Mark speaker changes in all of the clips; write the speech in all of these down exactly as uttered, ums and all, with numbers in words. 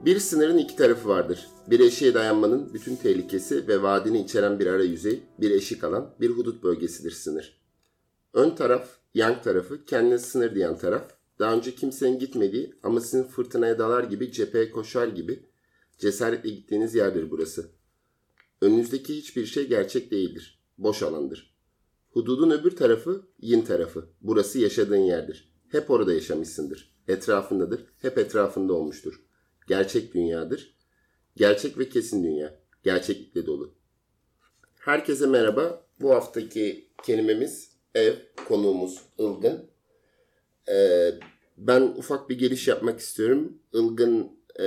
Speaker 1: Bir sınırın iki tarafı vardır. Bir eşiğe dayanmanın bütün tehlikesi ve vaadini içeren bir ara yüzey, bir eşik alan, bir hudut bölgesidir sınır. Ön taraf, yan tarafı, kendine sınır diyen taraf, daha önce kimsenin gitmediği ama sizin fırtınaya dalar gibi, cepheye koşar gibi cesaretle gittiğiniz yerdir burası. Önünüzdeki hiçbir şey gerçek değildir. Boş alandır. Hududun öbür tarafı, yin tarafı. Burası yaşadığın yerdir. Hep orada yaşamışsındır. Etrafındadır. Hep etrafında olmuştur. Gerçek dünyadır. Gerçek ve kesin dünya. Gerçeklikle dolu. Herkese merhaba. Bu haftaki kelimemiz ev, konuğumuz Ilgın. Ee, ben ufak bir giriş yapmak istiyorum. Ilgın e,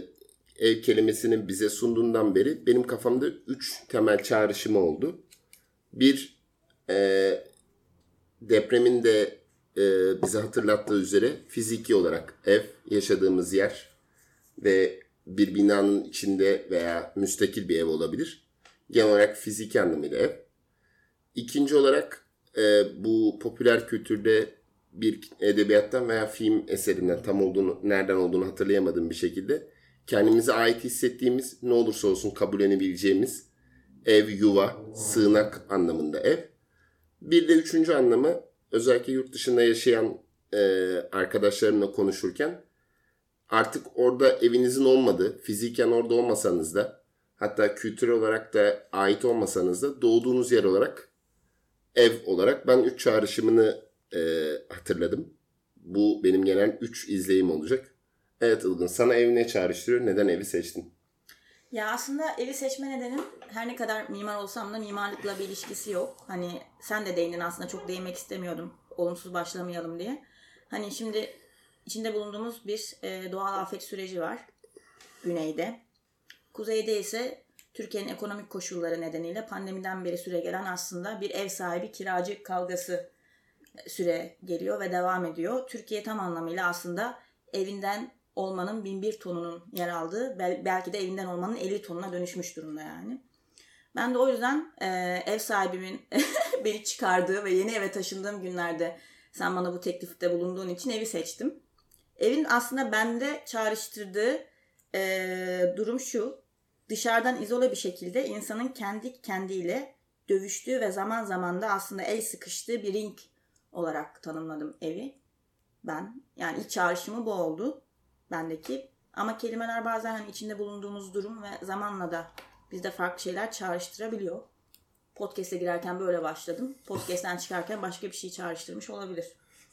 Speaker 1: ev kelimesini bize sunduğundan beri benim kafamda üç temel çağrışımı oldu. Bir, e, depremin de e, bize hatırlattığı üzere fiziki olarak ev, yaşadığımız yer ve bir binanın içinde veya müstakil bir ev olabilir. Genel olarak fiziki anlamıyla ev. İkinci olarak e, bu popüler kültürde bir edebiyattan veya film eserinden, tam olduğunu, nereden olduğunu hatırlayamadığım bir şekilde kendimize ait hissettiğimiz, ne olursa olsun kabullenebileceğimiz ev, yuva, sığınak anlamında ev. Bir de üçüncü anlamı, özellikle yurt dışında yaşayan e, arkadaşlarımla konuşurken artık orada evinizin olmadığı, fiziken orada olmasanız da, hatta kültürel olarak da ait olmasanız da doğduğunuz yer olarak ev olarak ben üç çağrışımını e, hatırladım. Bu benim genel üç izleyim olacak. Evet Ilgın, sana ev ne çağrıştırıyor? Neden evi seçtin?
Speaker 2: Ya aslında evi seçme nedenim her ne kadar mimar olsam da mimarlıkla bir ilişkisi yok. Hani sen de değindin, aslında çok değinmek istemiyordum. Olumsuz başlamayalım diye. Hani şimdi içinde bulunduğumuz bir e, doğal afet süreci var. Güneyde. Kuzeyde ise Türkiye'nin ekonomik koşulları nedeniyle pandemiden beri süre gelen aslında bir ev sahibi kiracı kavgası süre geliyor ve devam ediyor. Türkiye tam anlamıyla aslında evinden olmanın bin bir tonunun yer aldığı, belki de evinden olmanın elli tonuna dönüşmüş durumda yani. Ben de o yüzden e, ev sahibimin beni çıkardığı ve yeni eve taşındığım günlerde sen bana bu teklifte bulunduğun için evi seçtim. Evin aslında bende çağrıştırdığı e, durum şu: dışarıdan izole bir şekilde insanın kendi kendiyle dövüştüğü ve zaman zaman da aslında el sıkıştığı bir ring olarak tanımladım evi ben. Yani ilk çağrışımı bu oldu bendeki. Ama kelimeler bazen hani içinde bulunduğumuz durum ve zamanla da bizde farklı şeyler çağrıştırabiliyor. Podcast'e girerken böyle başladım. Podcast'ten çıkarken başka bir şey çağrıştırmış olabilir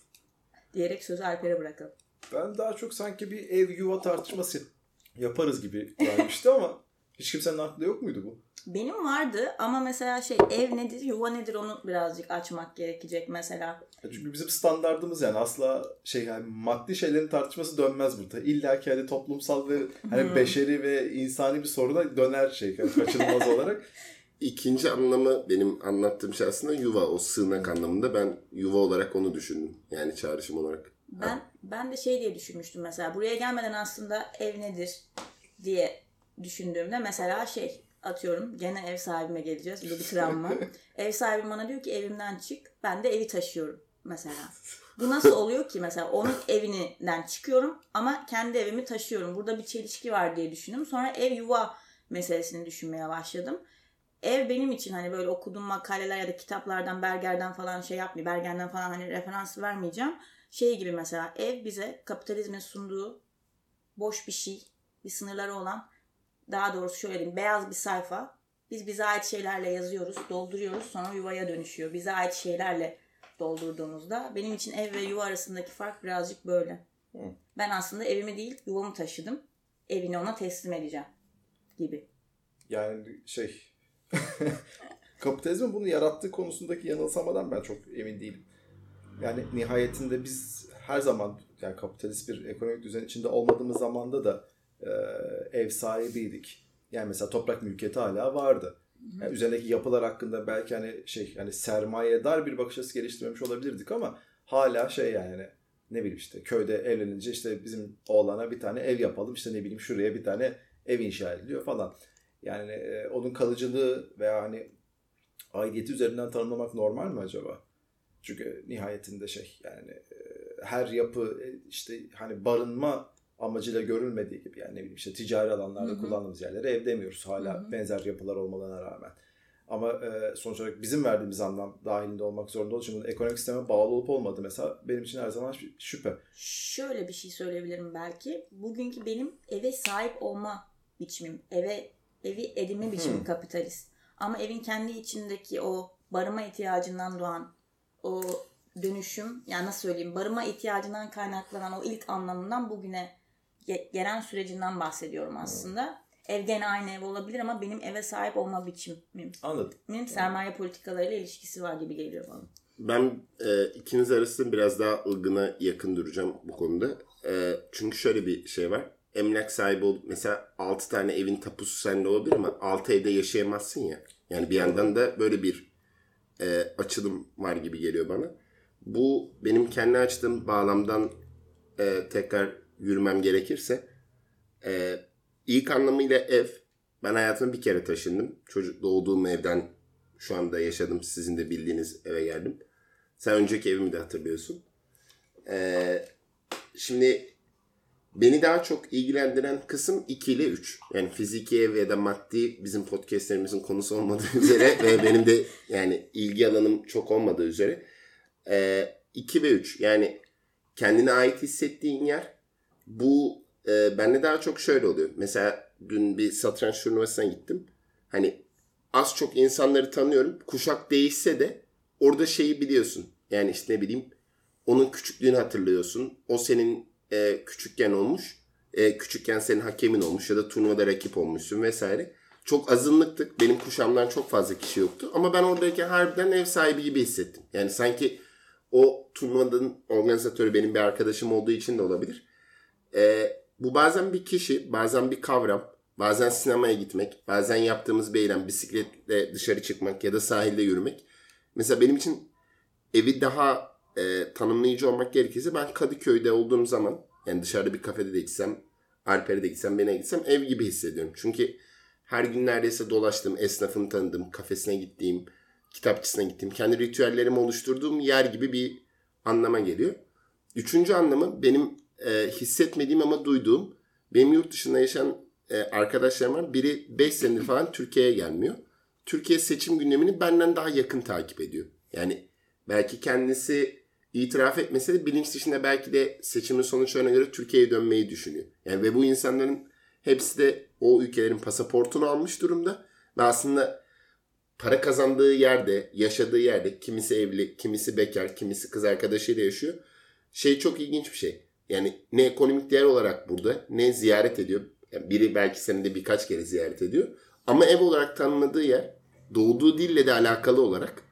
Speaker 2: diyerek sözü Alper'e bırakalım.
Speaker 3: Ben daha çok sanki bir ev yuva tartışması yaparız gibi gelmişti ama hiç kimsenin aklında yok muydu bu?
Speaker 2: Benim vardı ama mesela şey, ev nedir, yuva nedir onu birazcık açmak gerekecek mesela.
Speaker 3: Çünkü bizim standardımız yani asla şey, yani maddi şeylerin tartışması dönmez burada. İlla ki hani toplumsal ve hani hmm. beşeri ve insani bir soruna döner şey, yani kaçınılmaz olarak.
Speaker 1: İkinci anlamı benim anlattığım şey aslında yuva, o sığınak anlamında. Ben yuva olarak onu düşündüm. Yani çağrışım olarak.
Speaker 2: Ben ha. ben de şey diye düşünmüştüm mesela. Buraya gelmeden aslında ev nedir diye düşündüğümde mesela şey, atıyorum gene ev sahibime geleceğiz. Bu bir travma. Ev sahibim bana diyor ki evimden çık. Ben de evi taşıyorum mesela. Bu nasıl oluyor ki mesela? Onun evinden çıkıyorum ama kendi evimi taşıyorum. Burada bir çelişki var diye düşündüm. Sonra ev yuva meselesini düşünmeye başladım. Ev benim için hani böyle okuduğum makaleler ya da kitaplardan, Berger'den falan şey yapmayayım. Berger'den falan hani referans vermeyeceğim. Şey gibi mesela, ev bize kapitalizmin sunduğu boş bir şey, bir sınırları olan, daha doğrusu şöyle diyeyim, beyaz bir sayfa. Biz bize ait şeylerle yazıyoruz, dolduruyoruz, sonra yuvaya dönüşüyor. Bize ait şeylerle doldurduğumuzda benim için ev ve yuva arasındaki fark birazcık böyle. Hı. Ben aslında evimi değil, yuvamı taşıdım. Evini ona teslim edeceğim gibi.
Speaker 3: Yani şey, kapitalizmin bunu yarattığı konusundaki yanılsamadan ben çok emin değilim. Yani nihayetinde biz her zaman, yani kapitalist bir ekonomik düzen içinde olmadığımız zamanda da e, ev sahibiydik. Yani mesela toprak mülkiyeti hala vardı. Yani üzerindeki yapılar hakkında belki hani şey, hani sermayedar bir bakış açısı geliştirmemiş olabilirdik ama hala şey, yani ne bileyim işte köyde evlenince işte bizim oğlana bir tane ev yapalım, işte ne bileyim şuraya bir tane ev inşa ediliyor falan. Yani e, onun kalıcılığı veya hani aidiyeti üzerinden tanımlamak normal mi acaba? Çünkü nihayetinde şey, yani e, her yapı e, işte hani barınma amacıyla görülmediği gibi, yani ne bileyim işte ticari alanlarda
Speaker 2: Hı-hı. kullandığımız
Speaker 3: yerlere ev demiyoruz. Hala
Speaker 2: Hı-hı.
Speaker 3: benzer yapılar olmalarına rağmen. Ama e, sonuç olarak bizim verdiğimiz anlam dahilinde olmak zorunda olduğu için bunun ekonomik sisteme bağlı olup olmadığı mesela benim için her zaman şüphe.
Speaker 2: Şöyle bir şey söyleyebilirim belki. Bugünkü benim eve sahip olma biçimim, eve evi edinme biçimim hmm. kapitalist. Ama evin kendi içindeki o barınma ihtiyacından doğan o dönüşüm, yani nasıl söyleyeyim, barınma ihtiyacından kaynaklanan o ilk anlamından bugüne gelen sürecinden bahsediyorum aslında. Hmm. Ev gene aynı ev olabilir ama benim eve sahip olma biçimim.
Speaker 3: Anladım.
Speaker 2: Benim sermaye politikalarıyla ilişkisi var gibi geliyor bana.
Speaker 1: Ben e, ikiniz arasında biraz daha ılgına yakın duracağım bu konuda. E, çünkü şöyle bir şey var. Emlak sahibi olup mesela altı tane evin tapusu sende olabilir ama altı evde yaşayamazsın ya. Yani bir yandan da böyle bir e, açılım var gibi geliyor bana. Bu benim kendi açtığım bağlamdan e, tekrar yürümem gerekirse e, ilk anlamıyla ev. Ben hayatımda bir kere taşındım. Çocuk doğduğum evden şu anda yaşadım. Sizin de bildiğiniz eve geldim. Sen önceki evimi de hatırlıyorsun. Ee, şimdi beni daha çok ilgilendiren kısım iki ile üç. Yani fiziki ev ya da maddi bizim podcastlerimizin konusu olmadığı üzere ve benim de yani ilgi alanım çok olmadığı üzere ee, iki ve üç. Yani kendine ait hissettiğin yer. Bu e, bende daha çok şöyle oluyor. Mesela dün bir satranç turnuvasına gittim. Hani az çok insanları tanıyorum. Kuşak değişse de orada şeyi biliyorsun. Yani işte ne bileyim onun küçüklüğünü hatırlıyorsun. O senin e, küçükken olmuş. E, küçükken senin hakemin olmuş ya da turnuvada rakip olmuşsun vesaire. Çok azınlıktık. Benim kuşağımdan çok fazla kişi yoktu. Ama ben oradayken harbiden ev sahibi gibi hissettim. Yani sanki o turnuvanın organizatörü benim bir arkadaşım olduğu için de olabilir. E, bu bazen bir kişi, bazen bir kavram. Bazen sinemaya gitmek, bazen yaptığımız bir eylem, bisikletle dışarı çıkmak ya da sahilde yürümek. Mesela benim için evi daha e, tanımlayıcı olmak gerekirse ben Kadıköy'de olduğum zaman, yani dışarıda bir kafede de gitsem, Alper'e de gitsem, Ben'e gitsem ev gibi hissediyorum. Çünkü her gün neredeyse dolaştığım, esnafını tanıdığım, kafesine gittiğim, kitapçısına gittiğim, kendi ritüellerimi oluşturduğum yer gibi bir anlama geliyor. Üçüncü anlamı benim e, hissetmediğim ama duyduğum, benim yurt dışında yaşayan arkadaşlarım var. Biri beş senedir falan Türkiye'ye gelmiyor. Türkiye seçim gündemini benden daha yakın takip ediyor. Yani belki kendisi itiraf etmese de bilinç dışında belki de seçimin sonuçlarına göre Türkiye'ye dönmeyi düşünüyor. Yani ve bu insanların hepsi de o ülkelerin pasaportunu almış durumda. Ve aslında para kazandığı yerde, yaşadığı yerde kimisi evli, kimisi bekar, kimisi kız arkadaşıyla yaşıyor. Şey çok ilginç bir şey. Yani ne ekonomik değer olarak burada, ne ziyaret ediyor. Yani biri belki senede birkaç kere ziyaret ediyor. Ama ev olarak tanımladığı yer doğduğu dille de alakalı olarak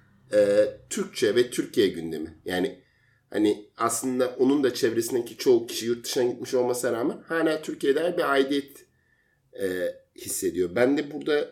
Speaker 1: e, Türkçe ve Türkiye gündemi. Yani hani aslında onun da çevresindeki çoğu kişi yurt dışına gitmiş olmasına rağmen hala Türkiye'de bir aidiyet e, hissediyor. Ben de burada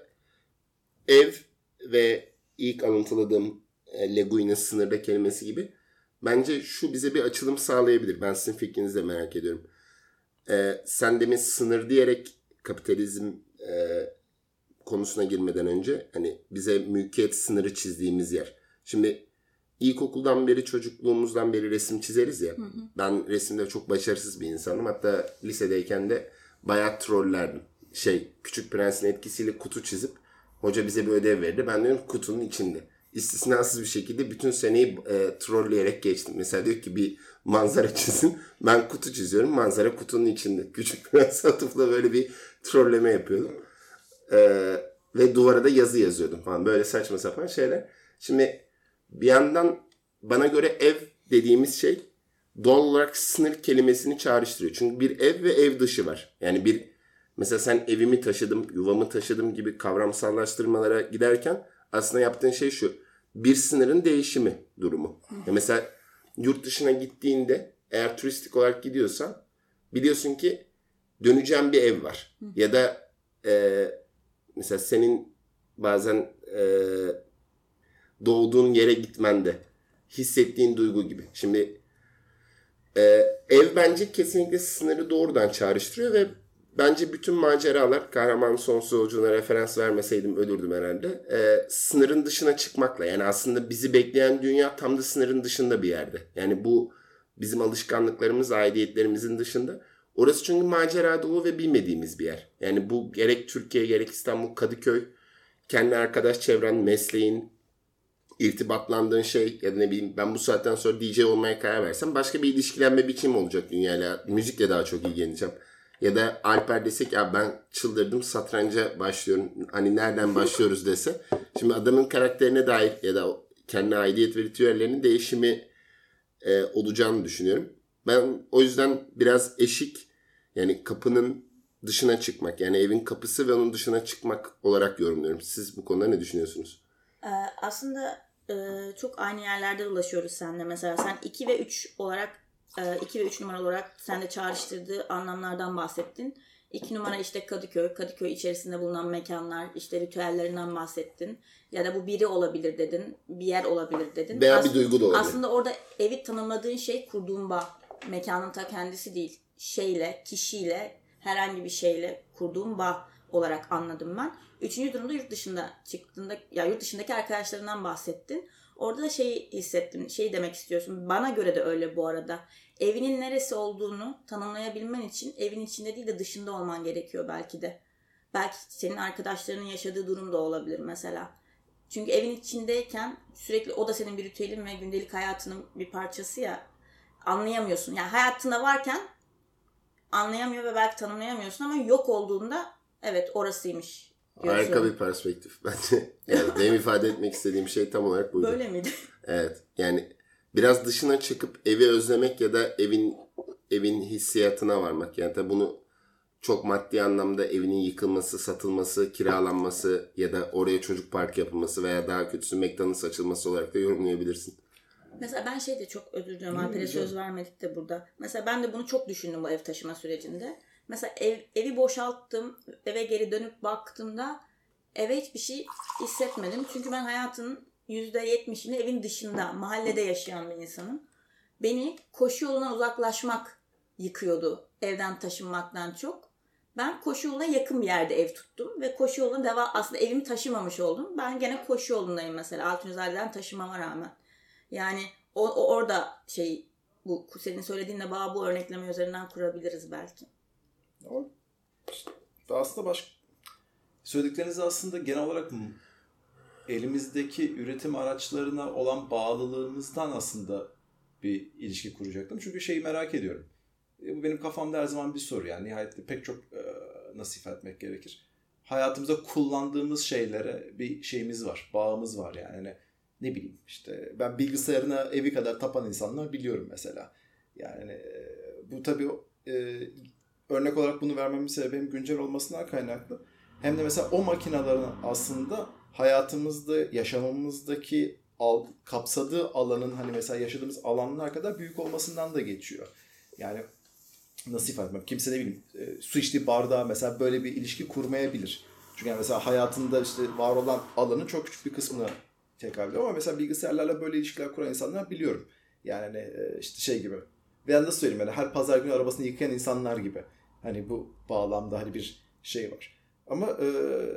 Speaker 1: ev ve ilk alıntıladığım e, Le Guin'in sınırda kelimesi gibi bence şu bize bir açılım sağlayabilir. Ben sizin fikrinizi de merak ediyorum. Ee, sen demin sınır diyerek kapitalizm e, konusuna girmeden önce hani bize mülkiyet sınırı çizdiğimiz yer. Şimdi ilkokuldan beri, çocukluğumuzdan beri resim çizeriz ya. Hı hı. Ben resimde çok başarısız bir insanım. Hatta lisedeyken de bayağı trollerdim. Şey, Küçük Prens'in etkisiyle kutu çizip hoca bize bir ödev verdi. Ben diyorum kutunun içinde. İstisnasız bir şekilde bütün seneyi e, trolleyerek geçtim. Mesela diyor ki bir manzara çizin. Ben kutu çiziyorum. Manzara kutunun içinde. Küçük Prens atıfla böyle bir trolleme yapıyordum. E, ve duvara da yazı yazıyordum falan. Böyle saçma sapan şeyler. Şimdi bir yandan bana göre ev dediğimiz şey doğal olarak sınır kelimesini çağrıştırıyor. Çünkü bir ev ve ev dışı var. Yani bir mesela sen evimi taşıdım, yuvamı taşıdım gibi kavramsallaştırmalara giderken aslında yaptığın şey şu. Bir sınırın değişimi durumu. Ya mesela yurt dışına gittiğinde eğer turistik olarak gidiyorsan biliyorsun ki döneceğin bir ev var. Ya da e, mesela senin bazen e, doğduğun yere gitmende hissettiğin duygu gibi. Şimdi e, ev bence kesinlikle sınırı doğrudan çağrıştırıyor ve bence bütün maceralar, Kahraman Sonsuz Yolculuğuna referans vermeseydim ölürdüm herhalde. Ee, sınırın dışına çıkmakla. Yani aslında bizi bekleyen dünya tam da sınırın dışında bir yerde. Yani bu bizim alışkanlıklarımız, aidiyetlerimizin dışında. Orası çünkü macera dolu ve bilmediğimiz bir yer. Yani bu gerek Türkiye gerek İstanbul, Kadıköy, kendi arkadaş çevren, mesleğin, irtibatlandığın şey ya da ne bileyim ben bu saatten sonra D J olmaya karar versem başka bir ilişkilenme biçimi olacak dünyayla. Müzikle daha çok ilgileneceğim. Ya da Alper desek ya ben çıldırdım satranca başlıyorum. Hani nereden başlıyoruz dese. Şimdi adamın karakterine dair ya da kendi aidiyet ve ritüellerinin değişimi e, olacağını düşünüyorum. Ben o yüzden biraz eşik yani kapının dışına çıkmak yani evin kapısı ve onun dışına çıkmak olarak yorumluyorum. Siz bu konuda ne düşünüyorsunuz?
Speaker 2: Ee, aslında e, çok aynı yerlerde dolaşıyoruz seninle. Mesela sen iki ve üç olarak iki ve üç numara olarak sen de çağrıştırdığı anlamlardan bahsettin. iki numara işte Kadıköy, Kadıköy içerisinde bulunan mekanlar, işte ritüellerinden bahsettin. Ya da bu biri olabilir dedin, bir yer olabilir dedin.
Speaker 1: Veya
Speaker 2: As-
Speaker 1: bir duygu da olabilir.
Speaker 2: Aslında orada evi tanımladığın şey kurduğun bağ. Mekanın ta kendisi değil. Şeyle, kişiyle, herhangi bir şeyle kurduğun bağ olarak anladım ben. Üçüncü durumda yurt dışında çıktığında, ya yurt dışındaki arkadaşlarından bahsettin. Orada da şeyi hissettim, şeyi demek istiyorsun. Bana göre de öyle bu arada. Evinin neresi olduğunu tanımlayabilmen için evin içinde değil de dışında olman gerekiyor belki de. Belki senin arkadaşlarının yaşadığı durum da olabilir mesela. Çünkü evin içindeyken sürekli o da senin bir ritüelin ve gündelik hayatının bir parçası ya. Anlayamıyorsun. Yani hayatında varken anlayamıyor ve belki tanımlayamıyorsun ama yok olduğunda evet orasıymış diyorsun.
Speaker 1: Harika bir perspektif bence. Yani benim ifade etmek istediğim şey tam olarak buydu.
Speaker 2: Böyle miydi?
Speaker 1: Evet. Yani biraz dışına çıkıp evi özlemek ya da evin evin hissiyatına varmak. Yani tabii bunu çok maddi anlamda evinin yıkılması, satılması, kiralanması ya da oraya çocuk park yapılması veya daha kötüsü McDonald's açılması olarak da yorumlayabilirsin.
Speaker 2: Mesela ben şey de çok özür diliyorum. Alper'e söz vermedik de burada. Mesela ben de bunu çok düşündüm bu ev taşıma sürecinde. Mesela ev, evi boşalttım. Eve geri dönüp baktığımda eve hiçbir şey hissetmedim. Çünkü ben hayatının yüzde yetmişini evin dışında, mahallede yaşayan bir insanım. Beni koşu yolundan uzaklaşmak yıkıyordu evden taşınmaktan çok. Ben koşu yoluna yakın bir yerde ev tuttum ve koşu yoluna devam, aslında evimi taşımamış oldum. Ben gene koşu yolundayım mesela Altınözer'den taşımama rağmen. Yani o, o orada şey bu senin söylediğinle bağ bu örnekleme üzerinden kurabiliriz belki.
Speaker 3: Ama işte aslında başka söyledikleriniz aslında genel olarak elimizdeki üretim araçlarına olan bağlılığımızdan aslında bir ilişki kuracaktım. Çünkü şeyi merak ediyorum. Bu benim kafamda her zaman bir soru yani. Nihayetinde pek çok e, nasıl ifade etmek gerekir? Hayatımızda kullandığımız şeylere bir şeyimiz var. Bağımız var yani. Hani ne bileyim işte ben bilgisayarına evi kadar tapan insanlar biliyorum mesela. Yani e, bu tabii e, örnek olarak bunu vermemin sebebi hem güncel olmasından kaynaklı. Hem de mesela o makinelerin aslında hayatımızda, yaşamımızdaki al, kapsadığı alanın hani mesela yaşadığımız alanlar kadar büyük olmasından da geçiyor. Yani nasıl ifade etmem? Kimse ne bileyim e, su içtiği bardağa mesela böyle bir ilişki kurmayabilir. Çünkü yani mesela hayatında işte var olan alanın çok küçük bir kısmına tekabül ediyor. Ama mesela bilgisayarlarla böyle ilişkiler kuran insanlar biliyorum. Yani e, işte şey gibi. Veya nasıl söyleyeyim yani her pazar günü arabasını yıkayan insanlar gibi. Hani bu bağlamda hani bir şey var. Ama e,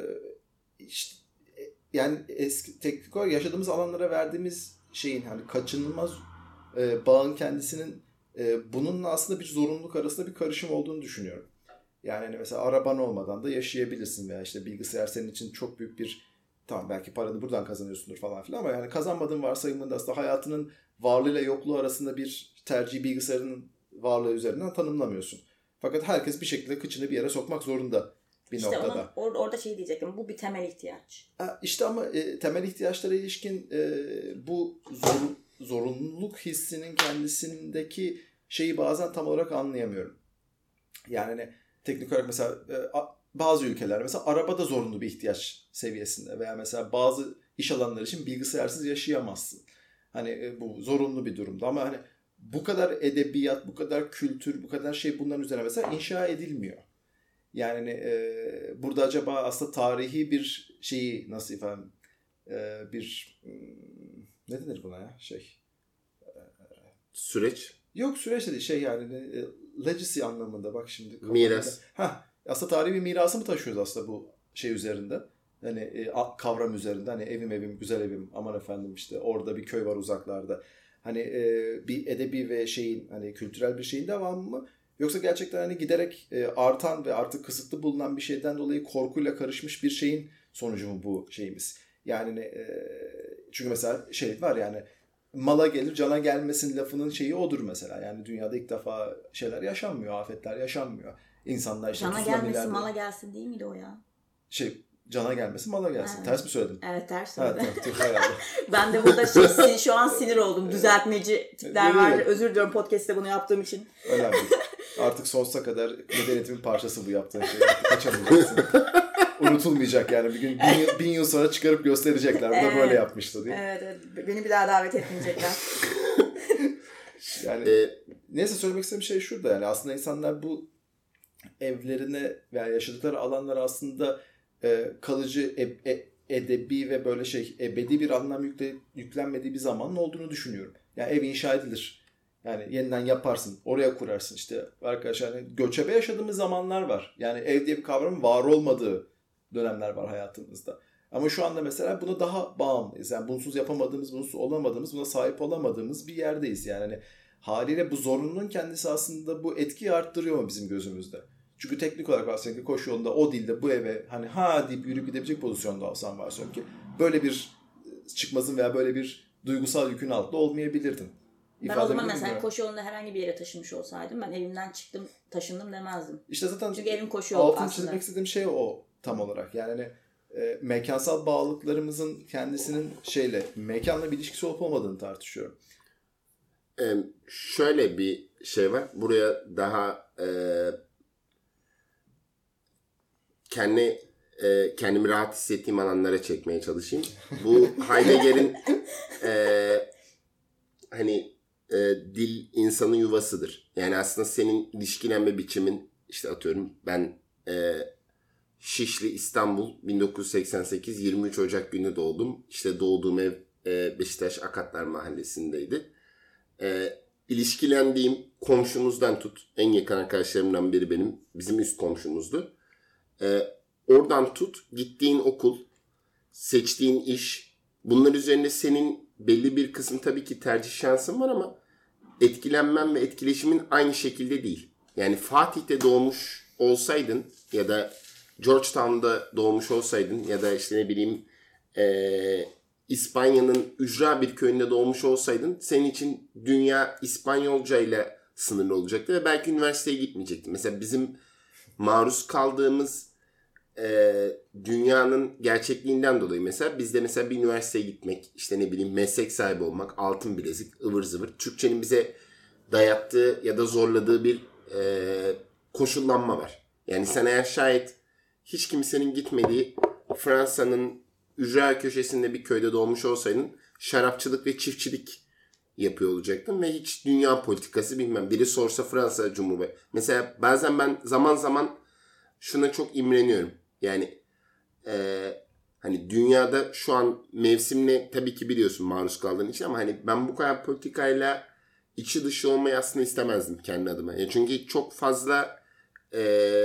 Speaker 3: işte yani eski teknik olarak yaşadığımız alanlara verdiğimiz şeyin hani kaçınılmaz e, bağın kendisinin e, bununla aslında bir zorunluluk arasında bir karışım olduğunu düşünüyorum. Yani hani mesela araban olmadan da yaşayabilirsin veya işte bilgisayar senin için çok büyük bir tamam belki paranı buradan kazanıyorsundur falan filan ama yani kazanmadığın varsayımında aslında hayatının varlığıyla yokluğu arasında bir tercih bilgisayarının varlığı üzerinden tanımlamıyorsun. Fakat herkes bir şekilde kıçını bir yere sokmak zorunda bir
Speaker 2: işte
Speaker 3: noktada.
Speaker 2: Ona, or- orada şey diyecektim. Bu bir temel ihtiyaç.
Speaker 3: Ha, işte ama e, temel ihtiyaçlara ilişkin e, bu zor, zorunluluk hissinin kendisindeki şeyi bazen tam olarak anlayamıyorum. Yani hani, teknik olarak mesela e, bazı ülkeler mesela araba da zorunlu bir ihtiyaç seviyesinde veya mesela bazı iş alanları için bilgisayarsız yaşayamazsın. Hani e, bu zorunlu bir durumda ama hani bu kadar edebiyat, bu kadar kültür, bu kadar şey bunların üzerine mesela inşa edilmiyor. Yani e, burada acaba aslında tarihi bir şeyi nasıl ifade e, bir ne denir buna ya şey e,
Speaker 1: süreç
Speaker 3: yok süreç değil şey yani e, legacy anlamında bak şimdi
Speaker 1: miras.
Speaker 3: Ha aslında tarihi bir mirası mı taşıyoruz aslında bu şey üzerinde? Hani e, kavram üzerinde hani evim evim güzel evim aman efendim işte orada bir köy var uzaklarda. Hani e, bir edebi ve şeyin hani kültürel bir şeyin devamı mı? Yoksa gerçekten hani giderek e, artan ve artık kısıtlı bulunan bir şeyden dolayı korkuyla karışmış bir şeyin sonucu mu bu şeyimiz? Yani e, çünkü mesela şey var yani mala gelir cana gelmesin lafının şeyi odur mesela. Yani dünyada ilk defa şeyler yaşanmıyor, afetler yaşanmıyor. İnsanlar işte
Speaker 2: cana
Speaker 3: tsunamiler
Speaker 2: gelmesin
Speaker 3: de-
Speaker 2: mala gelsin değil miydi o ya?
Speaker 3: Şey cana gelmesin mala gelsin.
Speaker 2: Evet.
Speaker 3: Ters mi söyledim?
Speaker 2: Evet ters
Speaker 3: Ha,
Speaker 2: söyledi.
Speaker 3: tamam, hay Allah.
Speaker 2: Ben de burada şey, sin- şu an sinir oldum. Düzeltmeci tipler
Speaker 3: Değil mi?
Speaker 2: vardır. Özür diliyorum podcast'te bunu yaptığım için.
Speaker 3: Önemli değil. Artık sonsuza kadar medeniyetimin parçası bu yaptığın şey. Artık kaçamayacaksın. Unutulmayacak yani. Bir gün bin, yıl- bin yıl sonra çıkarıp gösterecekler. Bu da
Speaker 2: Evet.
Speaker 3: böyle yapmıştı diye.
Speaker 2: Evet, evet. Beni bir daha davet etmeyecekler.
Speaker 3: Yani
Speaker 1: Ee,
Speaker 3: neyse söylemek istediğim şey şurada yani aslında insanlar bu evlerine veya yaşadıkları alanlara aslında e, kalıcı e- e- edebi ve böyle şey ebedi bir anlam yükle, yüklenmediği bir zamanın olduğunu düşünüyorum. Yani ev inşa edilir. Yani yeniden yaparsın, oraya kurarsın işte arkadaşlar hani göçebe yaşadığımız zamanlar var. Yani ev diye bir kavramın var olmadığı dönemler var hayatımızda. Ama şu anda mesela buna daha bağımlıyız. Yani bunsuz yapamadığımız, bunsuz olamadığımız, buna sahip olamadığımız bir yerdeyiz. Yani hani haliyle bu zorunluluğun kendisi aslında bu etkiyi arttırıyor mu bizim gözümüzde? Çünkü teknik olarak aslında koşu yolunda o dilde bu eve hani ha deyip yürüyüp gidebilecek pozisyonda olsam varsayıyorum ki böyle bir çıkmazın veya böyle bir duygusal yükün altında olmayabilirdin.
Speaker 2: Ben
Speaker 3: İfade
Speaker 2: o zaman
Speaker 3: edebildim
Speaker 2: mesela
Speaker 3: mi?
Speaker 2: koşu yolunda herhangi bir yere taşınmış olsaydım ben evimden çıktım taşındım demezdim.
Speaker 3: İşte zaten
Speaker 2: Çünkü evim koşu yolu
Speaker 3: altını
Speaker 2: aslında.
Speaker 3: çizmek istediğim şey o tam olarak. Yani hani, e, mekansal bağlılıklarımızın kendisinin şeyle mekanla bir ilişkisi olup olmadığını tartışıyorum.
Speaker 1: e, şöyle bir şey var. Buraya daha e, kendi e, kendimi rahat hissettiğim alanlara çekmeye çalışayım. Bu Heidegger'in e, hani e, dil insanın yuvasıdır. Yani aslında senin ilişkilenme biçimin işte atıyorum ben e, Şişli İstanbul bin dokuz yüz seksen sekiz yirmi üç Ocak günü doğdum. İşte doğduğum ev e, Beşiktaş Akatlar Mahallesi'ndeydi. E, ilişkilendiğim komşumuzdan tut. En yakın arkadaşlarımdan biri benim. Bizim üst komşumuzdu. E, oradan tut. Gittiğin okul. Seçtiğin iş. Bunlar üzerine senin belli bir kısım tabii ki tercih şansın var ama etkilenmen ve etkileşimin aynı şekilde değil. Yani Fatih'te doğmuş olsaydın ya da Georgetown'da doğmuş olsaydın ya da işte ne bileyim e, İspanya'nın ücra bir köyünde doğmuş olsaydın senin için dünya İspanyolca ile sınırlı olacaktı ve belki üniversiteye gitmeyecektin. Mesela bizim maruz kaldığımız e, dünyanın gerçekliğinden dolayı mesela bizde mesela bir üniversiteye gitmek, işte ne bileyim meslek sahibi olmak, altın bilezik, ıvır zıvır. Türkçenin bize dayattığı ya da zorladığı bir e, koşullanma var. Yani sen eğer şayet hiç kimsenin gitmediği Fransa'nın ücra köşesinde bir köyde doğmuş olsaydın şarapçılık ve çiftçilik yapıyor olacaktın ve hiç dünya politikası bilmem. Biri sorsa Fransa Cumhurbaşkanı. Mesela bazen ben zaman zaman şuna çok imreniyorum. Yani e, hani dünyada şu an mevsimle tabii ki biliyorsun maruz kaldığın için ama hani ben bu kadar politikayla içi dışı olmayı aslında istemezdim kendi adıma. Yani çünkü çok fazla e,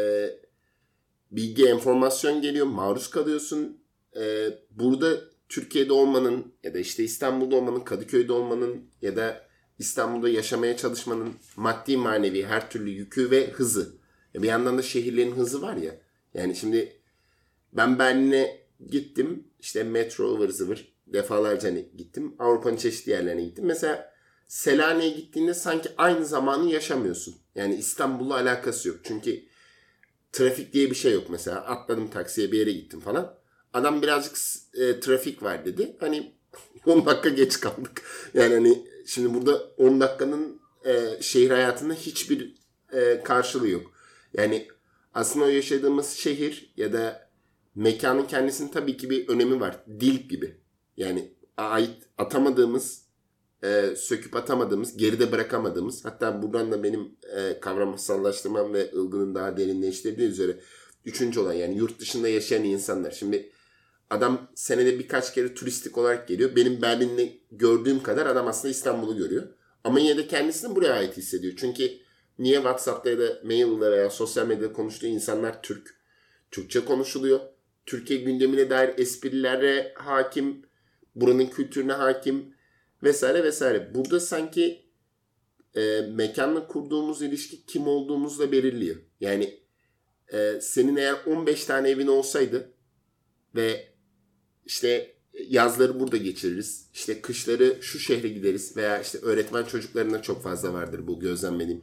Speaker 1: bilgi, enformasyon geliyor, maruz kalıyorsun. E, burada Türkiye'de olmanın ya da işte İstanbul'da olmanın, Kadıköy'de olmanın ya da İstanbul'da yaşamaya çalışmanın maddi manevi her türlü yükü ve hızı. Bir yandan da şehirlerin hızı var ya. Yani şimdi ben Berlin'e gittim. İşte metro ıvır zıvır defalarca hani gittim. Avrupa'nın çeşitli yerlerine gittim. Mesela Selanik'e gittiğinde sanki aynı zamanı yaşamıyorsun. Yani İstanbul'la alakası yok. Çünkü trafik diye bir şey yok mesela. Atladım taksiye bir yere gittim falan. Adam birazcık e, trafik var dedi. Hani on dakika geç kaldık. Yani hani şimdi burada on dakikanın e, şehir hayatında hiçbir e, karşılığı yok. Yani aslında o yaşadığımız şehir ya da mekanın kendisinin tabii ki bir önemi var. Dil gibi. Yani ait atamadığımız, e, söküp atamadığımız, geride bırakamadığımız, hatta buradan da benim e, kavramsallaştırmam ve ılgının daha derinleştirdiği üzere üçüncü olan yani yurt dışında yaşayan insanlar. Şimdi adam senede birkaç kere turistik olarak geliyor. Benim Berlin'de gördüğüm kadar adam aslında İstanbul'u görüyor. Ama yine de kendisini buraya ait hissediyor. Çünkü niye WhatsApp'ta ya da mail'da veya sosyal medyada konuştuğu insanlar Türk. Türkçe konuşuluyor. Türkiye gündemine dair esprilere hakim. Buranın kültürüne hakim. Vesaire vesaire. Burada sanki e, mekanla kurduğumuz ilişki kim olduğumuzla belirliyor. Yani e, senin eğer on beş tane evin olsaydı ve işte yazları burada geçiririz, işte kışları şu şehre gideriz veya işte öğretmen çocuklarına çok fazla vardır bu gözlemlediğim.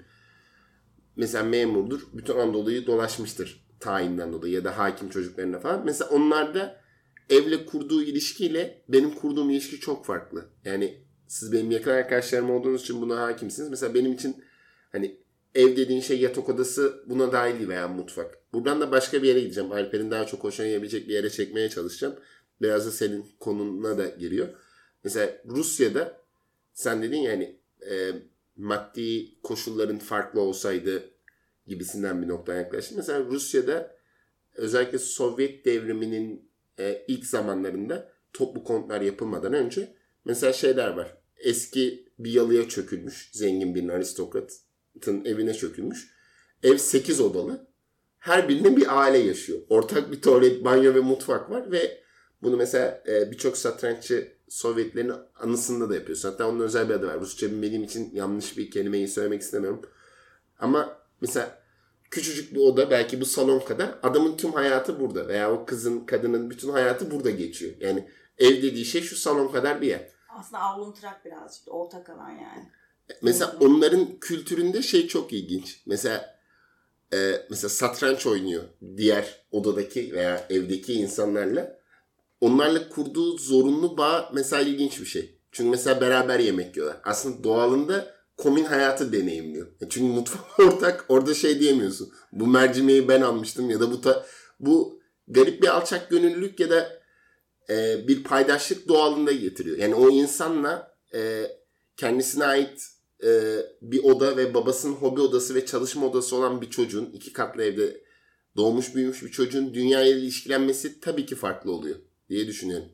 Speaker 1: Mesela memurdur, bütün Anadolu'yu dolaşmıştır tayinden dolayı ya da hakim çocuklarına falan. Mesela onlarda evle kurduğu ilişkiyle benim kurduğum ilişki çok farklı. Yani siz benim yakın arkadaşlarım olduğunuz için buna hakimsiniz. Mesela benim için hani ev dediğin şey yatak odası buna dahil değil veya mutfak. Buradan da başka bir yere gideceğim. Alper'in daha çok hoşuna gidebilecek bir yere çekmeye çalışacağım. Biraz da senin konuna da giriyor. Mesela Rusya'da sen dedin ya hani e, maddi koşulların farklı olsaydı gibisinden bir noktaya yaklaştın. Mesela Rusya'da özellikle Sovyet devriminin e, ilk zamanlarında toplu kontlar yapılmadan önce mesela şeyler var. Eski bir yalıya çökülmüş, zengin bir aristokratın evine çökülmüş. Ev sekiz odalı. Her birinde bir aile yaşıyor. Ortak bir tuvalet, banyo ve mutfak var ve bunu mesela e, birçok satranççı Sovyetlerin anısında da yapıyorsun. Hatta onun özel bir adı var. Rusça bilmediğim için yanlış bir kelimeyi söylemek istemiyorum. Ama mesela küçücük bir oda, belki bu salon kadar, adamın tüm hayatı burada. Veya o kızın, kadının bütün hayatı burada geçiyor. Yani ev dediği şey şu salon kadar bir yer.
Speaker 2: Aslında avlunturak birazcık da ortak alan yani.
Speaker 1: Mesela onların kültüründe şey çok ilginç. Mesela e, mesela satranç oynuyor diğer odadaki veya evdeki insanlarla. Onlarla kurduğu zorunlu bağ mesela ilginç bir şey. Çünkü mesela beraber yemek yiyorlar. Aslında doğalında komün hayatı deneyimliyor. Çünkü mutfak ortak, orada şey diyemiyorsun. Bu mercimeği ben almıştım ya da bu ta, bu garip bir alçak gönüllülük ya da e, bir paydaşlık doğalında getiriyor. Yani o insanla e, kendisine ait e, bir oda ve babasının hobi odası ve çalışma odası olan bir çocuğun, iki katlı evde doğmuş büyümüş bir çocuğun dünyayla ilişkilenmesi tabii ki farklı oluyor diye düşünüyorum.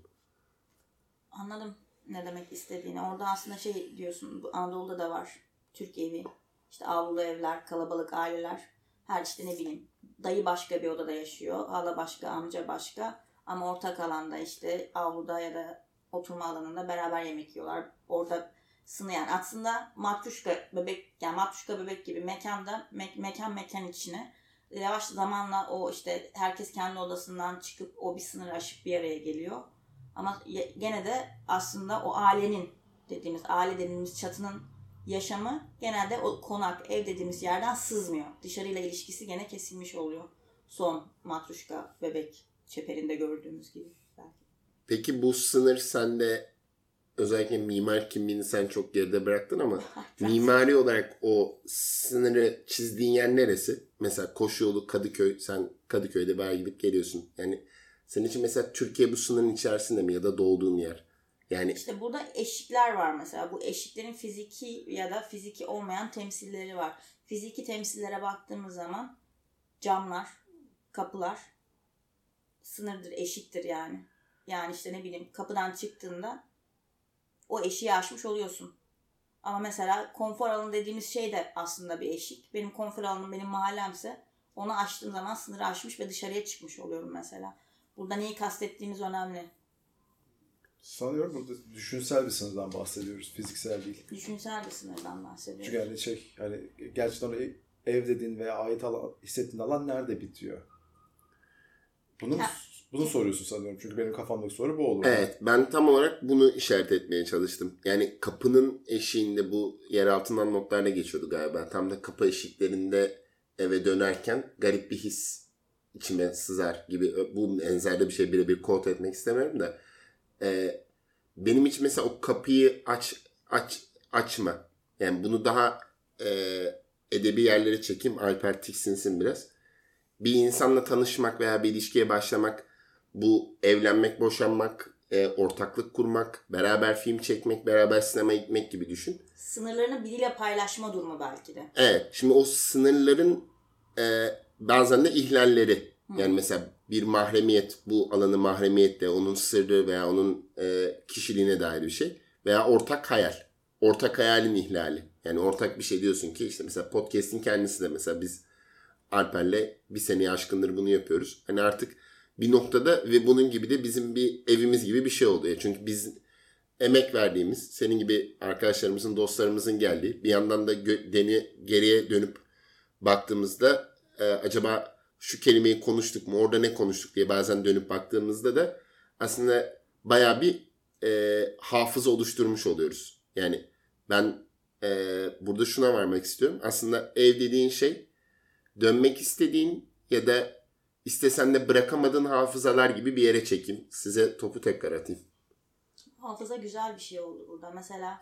Speaker 2: Anladım ne demek istediğini. Orada aslında şey diyorsun, bu Anadolu'da da var. Türk evi, işte avlu evler, kalabalık aileler. Her işte ne bileyim, dayı başka bir odada yaşıyor, hala başka, amca başka. Ama ortak alanda işte avluda ya da oturma alanında beraber yemek yiyorlar. Orada sınır yani aslında matruşka bebek, yani matruşka bebek gibi mekanda, me- mekan mekan içine yavaş zamanla o işte herkes kendi odasından çıkıp o bir sınır aşıp bir araya geliyor. Ama gene de aslında o ailenin dediğimiz, aile dediğimiz çatının yaşamı genelde o konak, ev dediğimiz yerden sızmıyor. Dışarıyla ilişkisi gene kesilmiş oluyor. Son matruşka bebek çeperinde gördüğümüz gibi belki.
Speaker 1: Peki bu sınır sende, özellikle mimar kimliğini sen çok geride bıraktın ama mimari olarak o sınırı çizdiğin yer neresi? Mesela Koşuyolu, Kadıköy, sen Kadıköy'de bayağı gidip geliyorsun. Yani senin için mesela Türkiye bu sınırın içerisinde mi ya da doğduğun yer? Yani
Speaker 2: İşte burada eşikler var mesela. Bu eşiklerin fiziki ya da fiziki olmayan temsilleri var. Fiziki temsillere baktığımız zaman camlar, kapılar sınırdır, eşiktir yani. Yani işte ne bileyim, kapıdan çıktığında o eşiği aşmış oluyorsun. Ama mesela konfor alanı dediğimiz şey de aslında bir eşik. Benim konfor alanım benim mahallemse onu aştığım zaman sınırı aşmış ve dışarıya çıkmış oluyorum mesela. Burada neyi kastettiğimiz önemli.
Speaker 3: Sanıyorum burada düşünsel bir sınırdan bahsediyoruz. Fiziksel değil.
Speaker 2: Düşünsel bir sınırdan bahsediyoruz.
Speaker 3: Çünkü yani şey, hani gerçekten o ev dediğin veya ait alan, hissettiğin alan nerede bitiyor? Bunu
Speaker 2: Ha.
Speaker 3: bunu soruyorsun sanıyorum. Çünkü benim kafamdaki soru bu olur.
Speaker 1: evet, ben tam olarak bunu işaret etmeye çalıştım. Yani kapının eşiğinde bu yer altından notlarla geçiyordu galiba. Tam da kapı eşiklerinde eve dönerken garip bir his içime sızar gibi. Bu benzerde bir şey birebir kod etmek istemiyorum da. Ee, benim için mesela o kapıyı aç aç açma. Yani bunu daha e, edebi yerlere çekeyim. Alper tiksinsin biraz. Bir insanla tanışmak veya bir ilişkiye başlamak, bu evlenmek, boşanmak, e, ortaklık kurmak, beraber film çekmek, beraber sinemaya gitmek gibi düşün.
Speaker 2: Sınırlarını biriyle paylaşma durumu belki de.
Speaker 1: Evet. Şimdi o sınırların e, bazen de ihlalleri.
Speaker 2: Hı.
Speaker 1: Yani mesela bir mahremiyet, bu alanı mahremiyet de onun sırrı veya onun e, kişiliğine dair bir şey. Veya ortak hayal. Ortak hayalin ihlali. Yani ortak bir şey diyorsun ki işte mesela podcast'in kendisi de mesela biz Alper'le bir seneye aşkındır bunu yapıyoruz. Hani artık bir noktada ve bunun gibi de bizim bir evimiz gibi bir şey oluyor. Çünkü biz emek verdiğimiz, senin gibi arkadaşlarımızın, dostlarımızın geldiği, bir yandan da gö- deni, geriye dönüp baktığımızda e, acaba şu kelimeyi konuştuk mu, orada ne konuştuk diye bazen dönüp baktığımızda da aslında bayağı bir e, hafıza oluşturmuş oluyoruz. Yani ben e, burada şuna varmak istiyorum. Aslında ev dediğin şey dönmek istediğin ya da istesen de bırakamadığın hafızalar gibi bir yere çekeyim. Size topu tekrar atayım.
Speaker 2: Hafıza güzel bir şey oldu burada. Mesela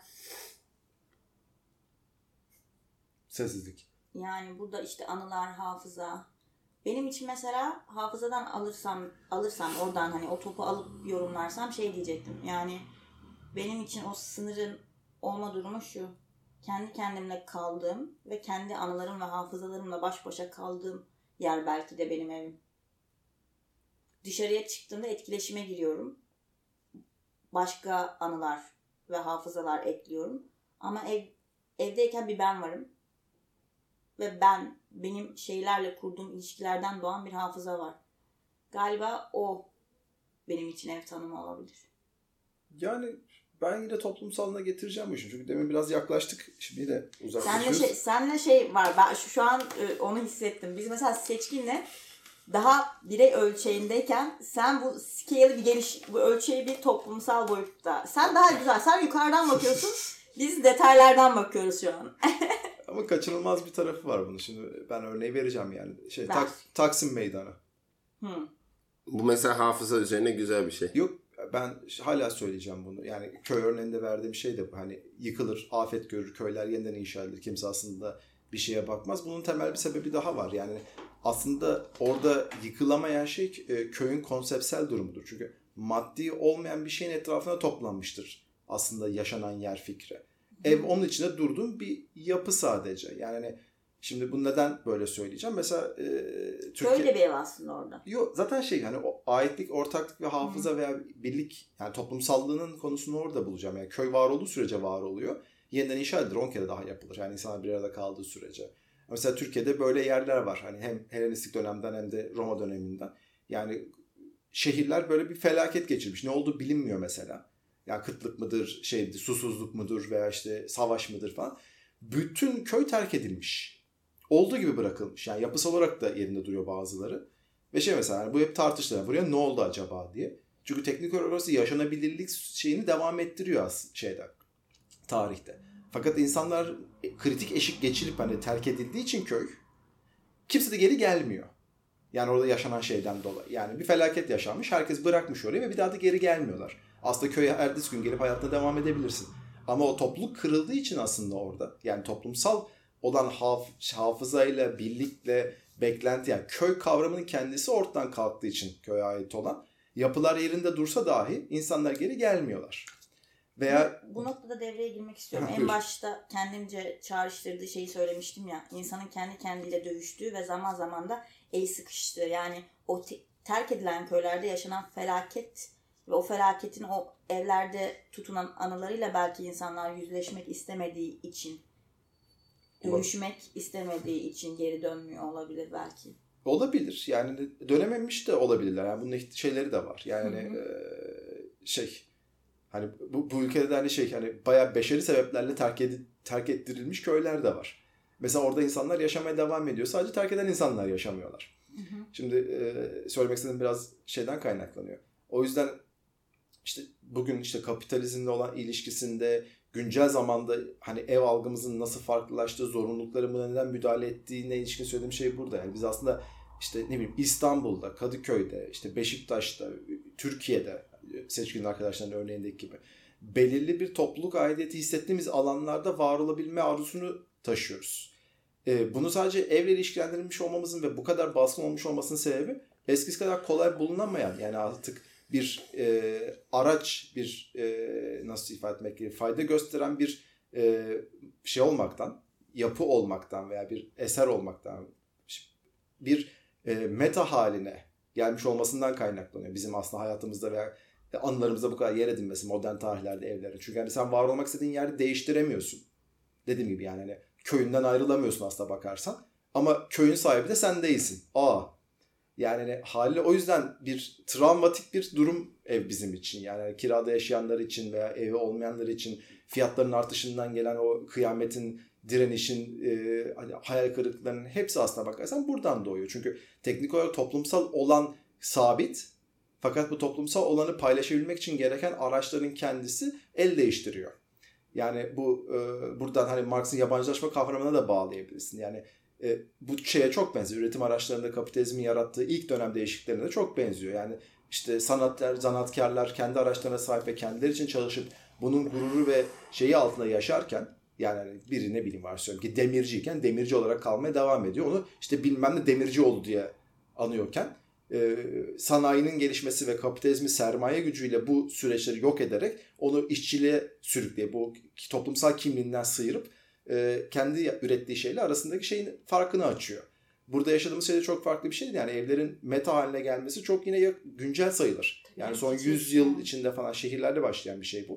Speaker 3: Sessizlik.
Speaker 2: yani burada işte anılar, hafıza. Benim için mesela hafızadan alırsam, alırsam oradan hani o topu alıp yorumlarsam şey diyecektim. Yani benim için o sınırın olma durumu şu. Kendi kendimle kaldığım ve kendi anılarım ve hafızalarımla baş başa kaldığım yer belki de benim evim. Dışarıya çıktığımda etkileşime giriyorum. Başka anılar ve hafızalar ekliyorum. Ama ev, evdeyken bir ben varım. Ve ben, benim şeylerle kurduğum ilişkilerden doğan bir hafıza var. Galiba o benim için ev tanımı olabilir.
Speaker 3: Yani ben yine toplumsalına getireceğim bu işi. Çünkü demin biraz yaklaştık. Şimdi yine
Speaker 2: Senle
Speaker 3: uzaklaşıyoruz.
Speaker 2: şey, senle şey var. Ben şu, şu an e, onu hissettim. Biz mesela Seçkin'le daha birey ölçeğindeyken sen bu scale'i bir geniş, bu ölçeği bir toplumsal boyutta. Sen daha güzel. Sen yukarıdan bakıyorsun. Biz detaylardan bakıyoruz şu an.
Speaker 3: Ama kaçınılmaz bir tarafı var bunun. Şimdi ben örneği vereceğim yani. Şey,
Speaker 2: Ver.
Speaker 3: tak, Taksim Meydanı.
Speaker 2: Hmm.
Speaker 1: Bu mesela hafıza üzerine güzel bir şey.
Speaker 3: Yok ben hala söyleyeceğim bunu. Yani köy örneğinde verdiğim şey de bu. Hani yıkılır, afet görür, köyler yeniden inşa edilir. Kimse aslında bir şeye bakmaz. Bunun temel bir sebebi daha var. Yani aslında orada yıkılamayan şey e, köyün konseptsel durumudur. Çünkü maddi olmayan bir şeyin etrafına toplanmıştır aslında yaşanan yer fikri. Ev onun içinde durduğun bir yapı sadece. Yani hani şimdi bunu neden böyle söyleyeceğim? Mesela e, Türkiye...
Speaker 2: Böyle bir ev aslında orada.
Speaker 3: Yok zaten şey hani o aitlik, ortaklık ve hafıza Hı. veya birlik yani toplumsallığının konusunu orada bulacağım. Yani köy var olduğu sürece var oluyor. Yeniden inşa edilir, on kere daha yapılır. Yani insanlar bir arada kaldığı sürece. Mesela Türkiye'de böyle yerler var. Hani hem Helenistik dönemden hem de Roma döneminden. Yani şehirler böyle bir felaket geçirmiş. Ne olduğu bilinmiyor mesela. Yani kıtlık mıdır, şeydi, susuzluk mudur veya işte savaş mıdır falan. Bütün köy terk edilmiş. Olduğu gibi bırakılmış. Yani yapısal olarak da yerinde duruyor bazıları. Ve şey mesela yani bu hep tartışılıyor. Buraya ne oldu acaba diye. Çünkü teknik olarak orası yaşanabilirlik şeyini devam ettiriyor aslında şeyden, tarihte. Fakat insanlar kritik eşik geçirip hani terk edildiği için köy kimse de geri gelmiyor. Yani orada yaşanan şeyden dolayı. Yani bir felaket yaşanmış. Herkes bırakmış orayı ve bir daha da geri gelmiyorlar. Aslında köye ertesi gün gelip hayatına devam edebilirsin. Ama o topluluk kırıldığı için aslında orada. Yani toplumsal olan haf- hafızayla, birlikle, beklenti yani köy kavramının kendisi ortadan kalktığı için köye ait olan yapılar yerinde dursa dahi insanlar geri gelmiyorlar. Veya
Speaker 2: bu, bu noktada devreye girmek istiyorum.
Speaker 3: Ha,
Speaker 2: en
Speaker 3: buyur.
Speaker 2: başta kendimce çağrıştırdığı şeyi söylemiştim ya. İnsanın kendi kendiyle dövüştüğü ve zaman zaman da el sıkıştığı. Yani o te- terk edilen köylerde yaşanan felaket ve o felaketin o evlerde tutunan anılarıyla belki insanlar yüzleşmek istemediği için, dövüşmek istemediği için geri dönmüyor olabilir belki.
Speaker 3: Olabilir. Yani dönememiş de olabilirler. Yani bunun şeyleri de var. Yani e, şey hani bu, bu ülkede de hani şey hani bayağı beşeri sebeplerle terk edip terk ettirilmiş köyler de var. Mesela orada insanlar yaşamaya devam ediyor. Sadece terk eden insanlar yaşamıyorlar. Hı hı. Şimdi e, söylemek istediğim biraz şeyden kaynaklanıyor. O yüzden işte bugün işte kapitalizmle olan ilişkisinde güncel zamanda hani ev algımızın nasıl farklılaştığı, zorunlulukları buna neden müdahale ettiğine ilişkin söylediğim şey burada. Yani biz aslında işte ne bileyim İstanbul'da, Kadıköy'de, işte Beşiktaş'ta, Türkiye'de Seçkin arkadaşların örneğindeki gibi belirli bir topluluk aidiyeti hissettiğimiz alanlarda var olabilme arzusunu taşıyoruz. Ee, bunu sadece evle ilişkilendirilmiş olmamızın ve bu kadar baskın olmuş olmasının sebebi eskisi kadar kolay bulunamayan yani artık bir e, araç, bir e, nasıl ifade etmek gerekir, fayda gösteren bir e, şey olmaktan, yapı olmaktan veya bir eser olmaktan bir e, meta haline gelmiş olmasından kaynaklanıyor. Bizim aslında hayatımızda veya anılarımızda bu kadar yer edinmesi modern tarihlerde evlerin. Çünkü hani sen var olmak istediğin yeri değiştiremiyorsun. Dediğim gibi yani hani köyünden ayrılamıyorsun aslında bakarsan. Ama köyün sahibi de sen değilsin. Aa. Yani hani haliyle o yüzden bir travmatik bir durum ev bizim için. Yani kirada yaşayanlar için veya evi olmayanlar için fiyatların artışından gelen o kıyametin, direnişin, e, hani hayal kırıklıklarının hepsi aslına bakarsan buradan doğuyor. Çünkü teknik olarak toplumsal olan sabit, fakat bu toplumsal olanı paylaşabilmek için gereken araçların kendisi el değiştiriyor. Yani bu e, buradan hani Marx'ın yabancılaşma kavramına da bağlayabilirsin. Yani e, bu şeye çok benziyor. Üretim araçlarında kapitalizmin yarattığı ilk dönem değişikliklerine de çok benziyor. Yani işte sanatlar, zanaatkarlar kendi araçlarına sahip ve kendileri için çalışıp bunun gururu ve şeyi altında yaşarken, yani biri ne bileyim varsayıyorum ki demirciyken demirci olarak kalmaya devam ediyor. Onu işte bilmem ne demirci oldu diye anıyorken e, sanayinin gelişmesi ve kapitalizmin sermaye gücüyle bu süreçleri yok ederek onu işçiliğe sürükleyip bu toplumsal kimliğinden sıyırıp e, kendi ürettiği şeyle arasındaki şeyin farkını açıyor. Burada yaşadığımız şey de çok farklı bir şey değil. Yani evlerin meta haline gelmesi çok yine güncel sayılır. Yani son yüz yıl içinde falan şehirlerde başlayan bir şey bu.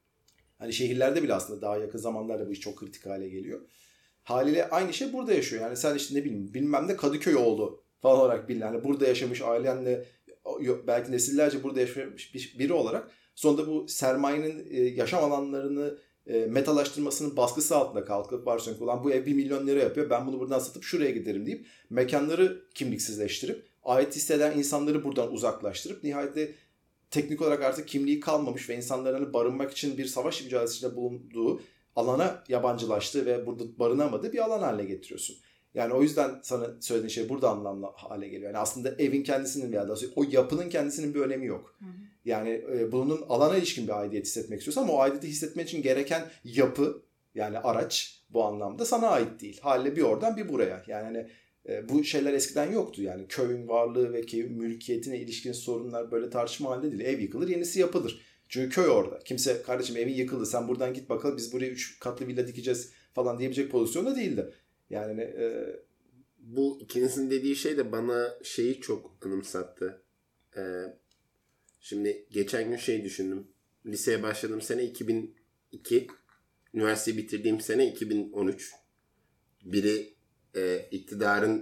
Speaker 3: Hani şehirlerde bile aslında daha yakın zamanlarda bu iş çok kritik hale geliyor. Haliyle aynı şey burada yaşıyor. Yani sen işte ne bileyim bilmem ne Kadıköy oldu falan olarak bilinen. Yani burada yaşamış ailenle belki nesillerce burada yaşamış biri olarak sonunda bu sermayenin yaşam alanlarını metalaştırmasının baskısı altında kalkıp varsayın ulan bu ev bir milyon lira yapıyor, ben bunu buradan satıp şuraya giderim deyip mekanları kimliksizleştirip ait hisseden insanları buradan uzaklaştırıp nihayet teknik olarak artık kimliği kalmamış ve insanların barınmak için bir savaş mücadelesinde bulunduğu alana yabancılaştığı ve burada barınamadığı bir alan haline getiriyorsun. Yani o yüzden sana söylediğin şey burada anlamlı hale geliyor. Yani aslında evin kendisinin veya da o yapının kendisinin bir önemi yok. Hı hı. Yani e, bunun alana ilişkin bir aidiyet hissetmek istiyorsan ama o aidiyeti hissetmek için gereken yapı, yani araç bu anlamda sana ait değil. Haliyle bir oradan bir buraya. Yani hani e, bu şeyler eskiden yoktu. Yani köyün varlığı ve köyün mülkiyetine ilişkin sorunlar böyle tartışma halinde değil. Ev yıkılır, yenisi yapılır. Çünkü köy orada. Kimse kardeşim evin yıkıldı, sen buradan git bakalım biz buraya üç katlı villa dikeceğiz falan diyebilecek pozisyonda değildi. Yani e...
Speaker 1: bu ikinizin dediği şey de bana şeyi çok anımsattı. Ee, şimdi geçen gün şey düşündüm. Liseye başladığım sene iki bin iki. Üniversiteyi bitirdiğim sene iki bin on üç. Biri e, iktidarın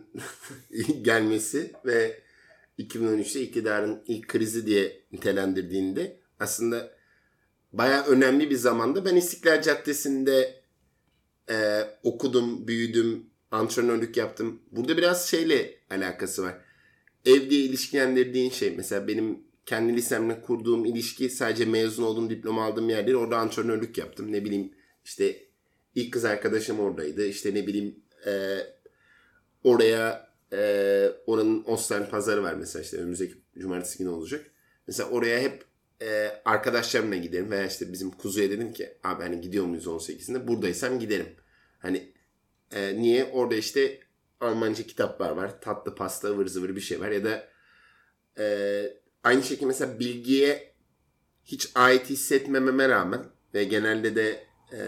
Speaker 1: gelmesi ve iki bin on üçte iktidarın ilk krizi diye nitelendirdiğinde aslında bayağı önemli bir zamanda ben İstiklal Caddesi'nde Ee, okudum, büyüdüm, antrenörlük yaptım. Burada biraz şeyle alakası var. Ev diye ilişkilendirdiğin şey. Mesela benim kendi lisemle kurduğum ilişki sadece mezun olduğum, diploma aldığım yer değil. Orada antrenörlük yaptım. Ne bileyim işte ilk kız arkadaşım oradaydı. İşte ne bileyim e, oraya e, oranın Ostan pazarı var mesela, işte önümüzdeki cumartesi günü olacak. Mesela oraya hep Ee, arkadaşlarımla giderim veya işte bizim Kuzu'ya dedim ki abi hani gidiyor muyuz on sekizinde, buradaysam giderim. Hani e, niye? Orada işte Almanca kitaplar var, tatlı pasta ıvır zıvır bir şey var ya da e, aynı şekilde mesela bilgiye hiç ait hissetmememe rağmen ve genelde de e,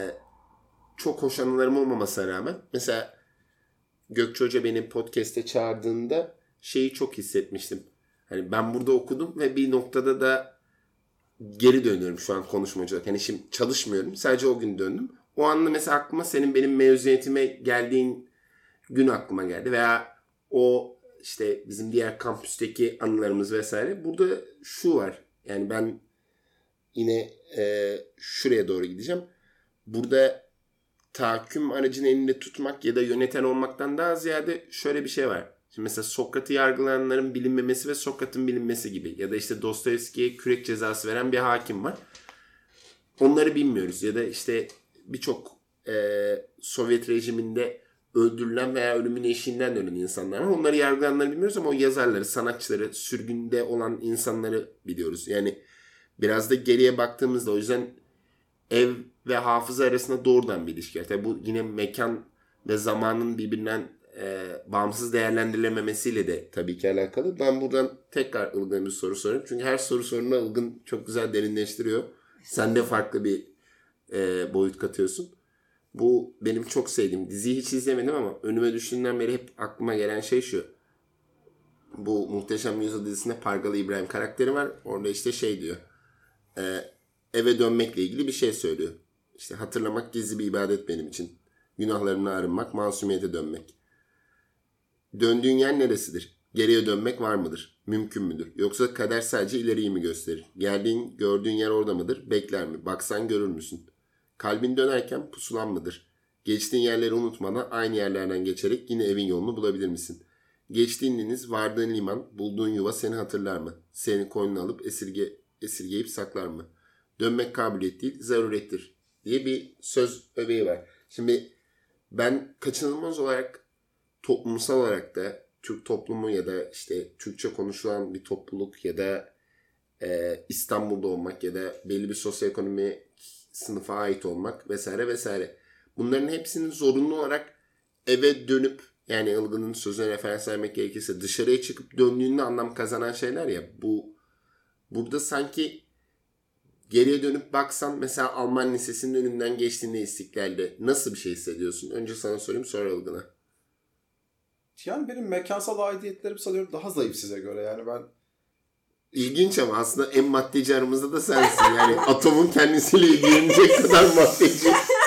Speaker 1: çok hoş anılarım olmamasına rağmen mesela Gökçe Hoca beni podcast'e çağırdığında şeyi çok hissetmiştim. Hani ben burada okudum ve bir noktada da geri dönüyorum şu an konuşmacı olarak. Hani şimdi çalışmıyorum. Sadece o gün döndüm. O anda mesela aklıma senin benim mezuniyetime geldiğin gün aklıma geldi. Veya o işte bizim diğer kampüsteki anılarımız vesaire. Burada şu var. Yani ben yine e, şuraya doğru gideceğim. Burada tahakküm aracını elinde tutmak ya da yöneten olmaktan daha ziyade şöyle bir şey var. Şimdi mesela Sokrat'ı yargılayanların bilinmemesi ve Sokrat'ın bilinmesi gibi. Ya da işte Dostoyevski'ye kürek cezası veren bir hakim var. Onları bilmiyoruz. Ya da işte birçok e, Sovyet rejiminde öldürülen veya ölümün eşiğinden dönen insanlar var. Onları yargılayanları bilmiyoruz ama o yazarları, sanatçıları, sürgünde olan insanları biliyoruz. Yani biraz da geriye baktığımızda o yüzden ev ve hafıza arasında doğrudan bir ilişki var. Tabii bu yine mekan ve zamanın birbirinden e, bağımsız değerlendirilememesiyle de tabii ki alakalı. Ben buradan tekrar Ilgın'a bir soru sorayım. Çünkü her soru soruna Ilgın çok güzel derinleştiriyor. Sen de farklı bir e, boyut katıyorsun. Bu benim çok sevdiğim. Diziyi hiç izlemedim ama önüme düştüğünden beri hep aklıma gelen şey şu. Bu Muhteşem Yüzyıl dizisinde Pargalı İbrahim karakteri var. Orada işte şey diyor. E, eve dönmekle ilgili bir şey söylüyor. İşte hatırlamak gizli bir ibadet benim için. Günahlarımla arınmak, masumiyete dönmek. Döndüğün yer neresidir? Geriye dönmek var mıdır? Mümkün müdür? Yoksa kader sadece ileriyi mi gösterir? Geldiğin, gördüğün yer orada mıdır? Bekler mi? Baksan görür müsün? Kalbin dönerken pusulan mıdır? Geçtiğin yerleri unutmadan aynı yerlerden geçerek yine evin yolunu bulabilir misin? Geçtiğin deniz, vardığın liman, bulduğun yuva seni hatırlar mı? Seni koynuna alıp esirge, esirgeyip saklar mı? Dönmek kabiliyet değil, zarurettir diye bir söz öbeği var. Şimdi ben kaçınılmaz olarak toplumsal olarak da Türk toplumu ya da işte Türkçe konuşulan bir topluluk ya da e, İstanbul'da olmak ya da belli bir sosyoekonomi sınıfa ait olmak vesaire vesaire. Bunların hepsinin zorunlu olarak eve dönüp, yani Ilgın'ın sözüne referans vermek gerekirse, dışarıya çıkıp döndüğünde anlam kazanan şeyler ya. Bu burada sanki geriye dönüp baksan mesela Alman Lisesi'nin önünden geçtiğinde İstiklal'de nasıl bir şey hissediyorsun? Önce sana sorayım, sonra Ilgın'a.
Speaker 3: Yani benim mekansal aidiyetlerim sanıyorum daha zayıf size göre. Yani ben
Speaker 1: İlginç ama aslında en maddeci aramızda da sensin. Yani atomun kendisiyle ilgilenecek kadar maddeci.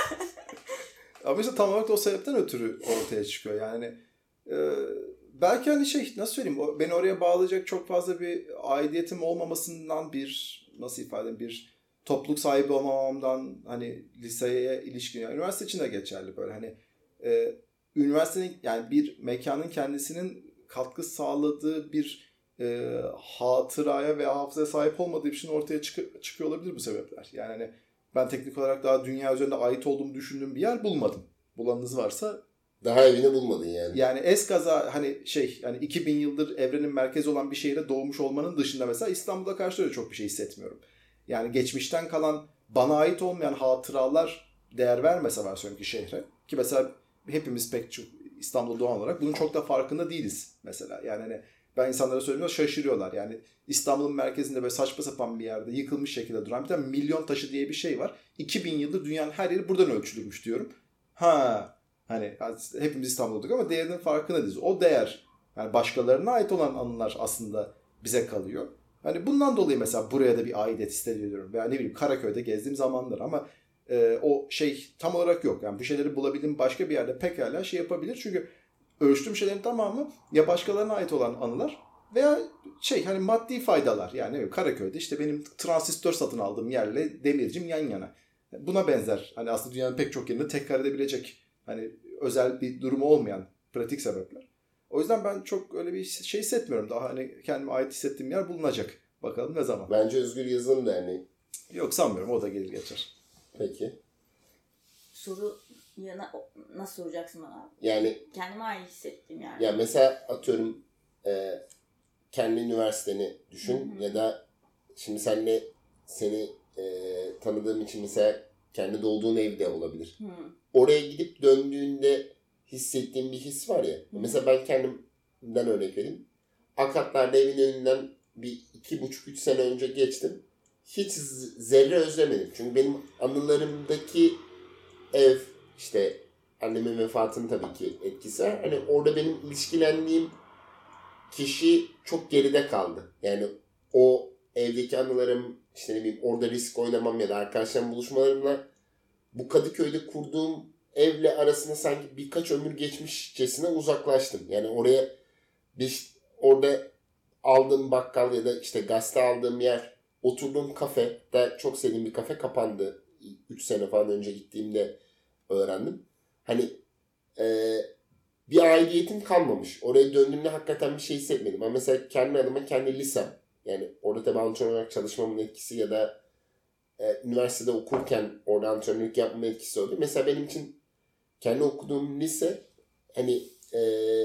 Speaker 3: Ama işte tam olarak da o sebepten ötürü ortaya çıkıyor. Yani e, belki hani şey nasıl söyleyeyim, o, beni oraya bağlayacak çok fazla bir aidiyetim olmamasından, bir nasıl ifade edeyim, bir topluluk sahibi olmamamdan, hani liseye ilişkin, yani üniversite için de geçerli böyle hani e, üniversitenin, yani bir mekanın kendisinin katkı sağladığı bir e, hatıraya ve hafızaya sahip olmadığı bir şeyin ortaya çık- çıkıyor olabilir bu sebepler. Yani hani ben teknik olarak daha dünya üzerinde ait olduğumu düşündüğüm bir yer bulmadım. Bulanınız varsa.
Speaker 1: Daha evini bulmadın yani.
Speaker 3: Yani eskaza hani şey, hani iki bin yıldır evrenin merkezi olan bir şehire doğmuş olmanın dışında mesela İstanbul'a karşı öyle çok bir şey hissetmiyorum. Yani geçmişten kalan bana ait olmayan hatıralar değer vermese varsayıyorum ki şehre. Ki mesela hepimiz pek çok İstanbul'da doğan olarak bunun çok da farkında değiliz mesela. Yani hani ben insanlara söylüyorum, şaşırıyorlar. Yani İstanbul'un merkezinde böyle saçma sapan bir yerde yıkılmış şekilde duran bir tane milyon taşı diye bir şey var. iki bin yıldır dünyanın her yeri buradan ölçülürmüş diyorum. Ha, hani hepimiz İstanbul'duk ama değerinin farkında değiliz. O değer, yani başkalarına ait olan anılar aslında bize kalıyor. Hani bundan dolayı mesela buraya da bir aidiyet hissediyorum. Veya ne bileyim Karaköy'de gezdiğim zamanlar ama e, o şey tam olarak yok. Yani bu şeyleri bulabildiğim başka bir yerde pekala şey yapabilir. Çünkü ölçtüğüm şeylerin tamamı ya başkalarına ait olan anılar veya şey hani maddi faydalar. Yani ne bileyim Karaköy'de işte benim transistör satın aldığım yerle demircim yan yana. Buna benzer. Hani aslında dünyanın pek çok yerinde tekrar edebilecek, hani özel bir durumu olmayan pratik sebepler. O yüzden ben çok öyle bir şey hissetmiyorum. Daha hani kendime ait hissettiğim yer bulunacak. Bakalım ne zaman.
Speaker 1: Bence Özgür Yazılım Derneği.
Speaker 3: Yok sanmıyorum. O da gelir geçer.
Speaker 1: Peki.
Speaker 2: Soru yana, nasıl soracaksın bana?
Speaker 1: Yani
Speaker 2: Kendime ait hissettiğim yer.
Speaker 1: ya mesela atıyorum e, kendi üniversiteni düşün.
Speaker 2: Hı hı.
Speaker 1: Ya da şimdi senle seni e, tanıdığım için mesela kendi doğduğun evde olabilir.
Speaker 2: Hı.
Speaker 1: Oraya gidip döndüğünde hissettiğim bir his var ya.
Speaker 2: Hı.
Speaker 1: Mesela ben kendimden örnek vereyim. Akatlar'da evin önünden bir iki buçuk üç sene önce geçtim. Hiç z- zerre özlemedim. Çünkü benim anılarımdaki ev, işte annemin vefatının tabii ki etkisi var. Hani orada benim ilişkilendiğim kişi çok geride kaldı. Yani o evdeki anılarım, işte ne bileyim orada risk oynamam ya da arkadaşlarımla buluşmalarımla bu Kadıköy'de kurduğum evle arasında sanki birkaç ömür geçmişçesine uzaklaştım. Yani oraya bir orada aldığım bakkal ya da işte gazete aldığım yer, oturduğum kafe da çok sevdiğim bir kafe kapandı. üç sene falan önce gittiğimde öğrendim. Hani e, bir aidiyetim kalmamış. Oraya döndüğümde hakikaten bir şey hissetmedim. Ama mesela kendi adıma kendi lisem, yani orada tabii antrenör olarak çalışmamın etkisi ya da e, üniversitede okurken orada antrenörlük yapmamın etkisi oldu. Mesela benim için kendi okuduğum lise hani e,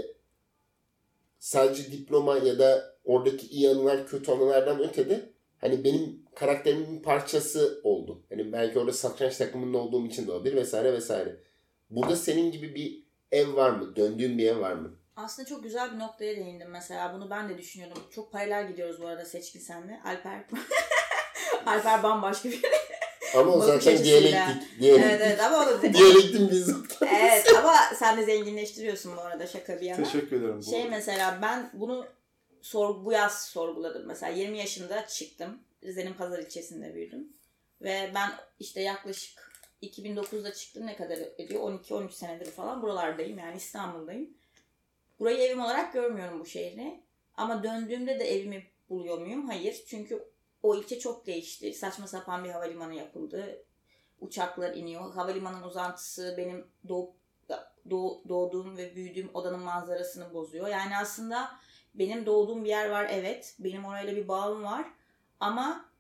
Speaker 1: sadece diploma ya da oradaki iyi anılar kötü anılardan ötede hani benim karakterimin parçası oldu. Hani belki orada satranç takımında olduğum için de olabilir vesaire vesaire. Burada senin gibi bir ev var mı? Döndüğün bir ev var mı?
Speaker 2: Aslında çok güzel bir noktaya değindim mesela. Bunu ben de düşünüyordum. Çok paralel gidiyoruz bu arada Seçkin senle. Alper Alper bambaşka bir
Speaker 1: Ama o
Speaker 2: bakış
Speaker 1: zaten
Speaker 2: açısıyla.
Speaker 1: diyalektik. diyalektik.
Speaker 2: Evet evet ama o da
Speaker 1: Diyalektin bizzat.
Speaker 2: evet ama sen de zenginleştiriyorsun bu arada, şaka bir yana.
Speaker 3: Teşekkür ederim.
Speaker 2: Şey mesela ben bunu sor, bu yaz sorguladım. Mesela yirmi yaşında çıktım. Rize'nin Pazar ilçesinde büyüdüm. Ve ben işte yaklaşık iki bin dokuzda çıktım, ne kadar ediyor? on iki on üç senedir falan buralardayım, yani İstanbul'dayım. Burayı evim olarak görmüyorum, bu şehri. Ama döndüğümde de evimi buluyor muyum? Hayır. Çünkü o ilçe çok değişti. Saçma sapan bir havalimanı yapıldı. Uçaklar iniyor. Havalimanının uzantısı benim doğup, doğ, doğduğum ve büyüdüğüm odanın manzarasını bozuyor. Yani aslında benim doğduğum bir yer var, evet. Benim orayla bir bağım var. Ama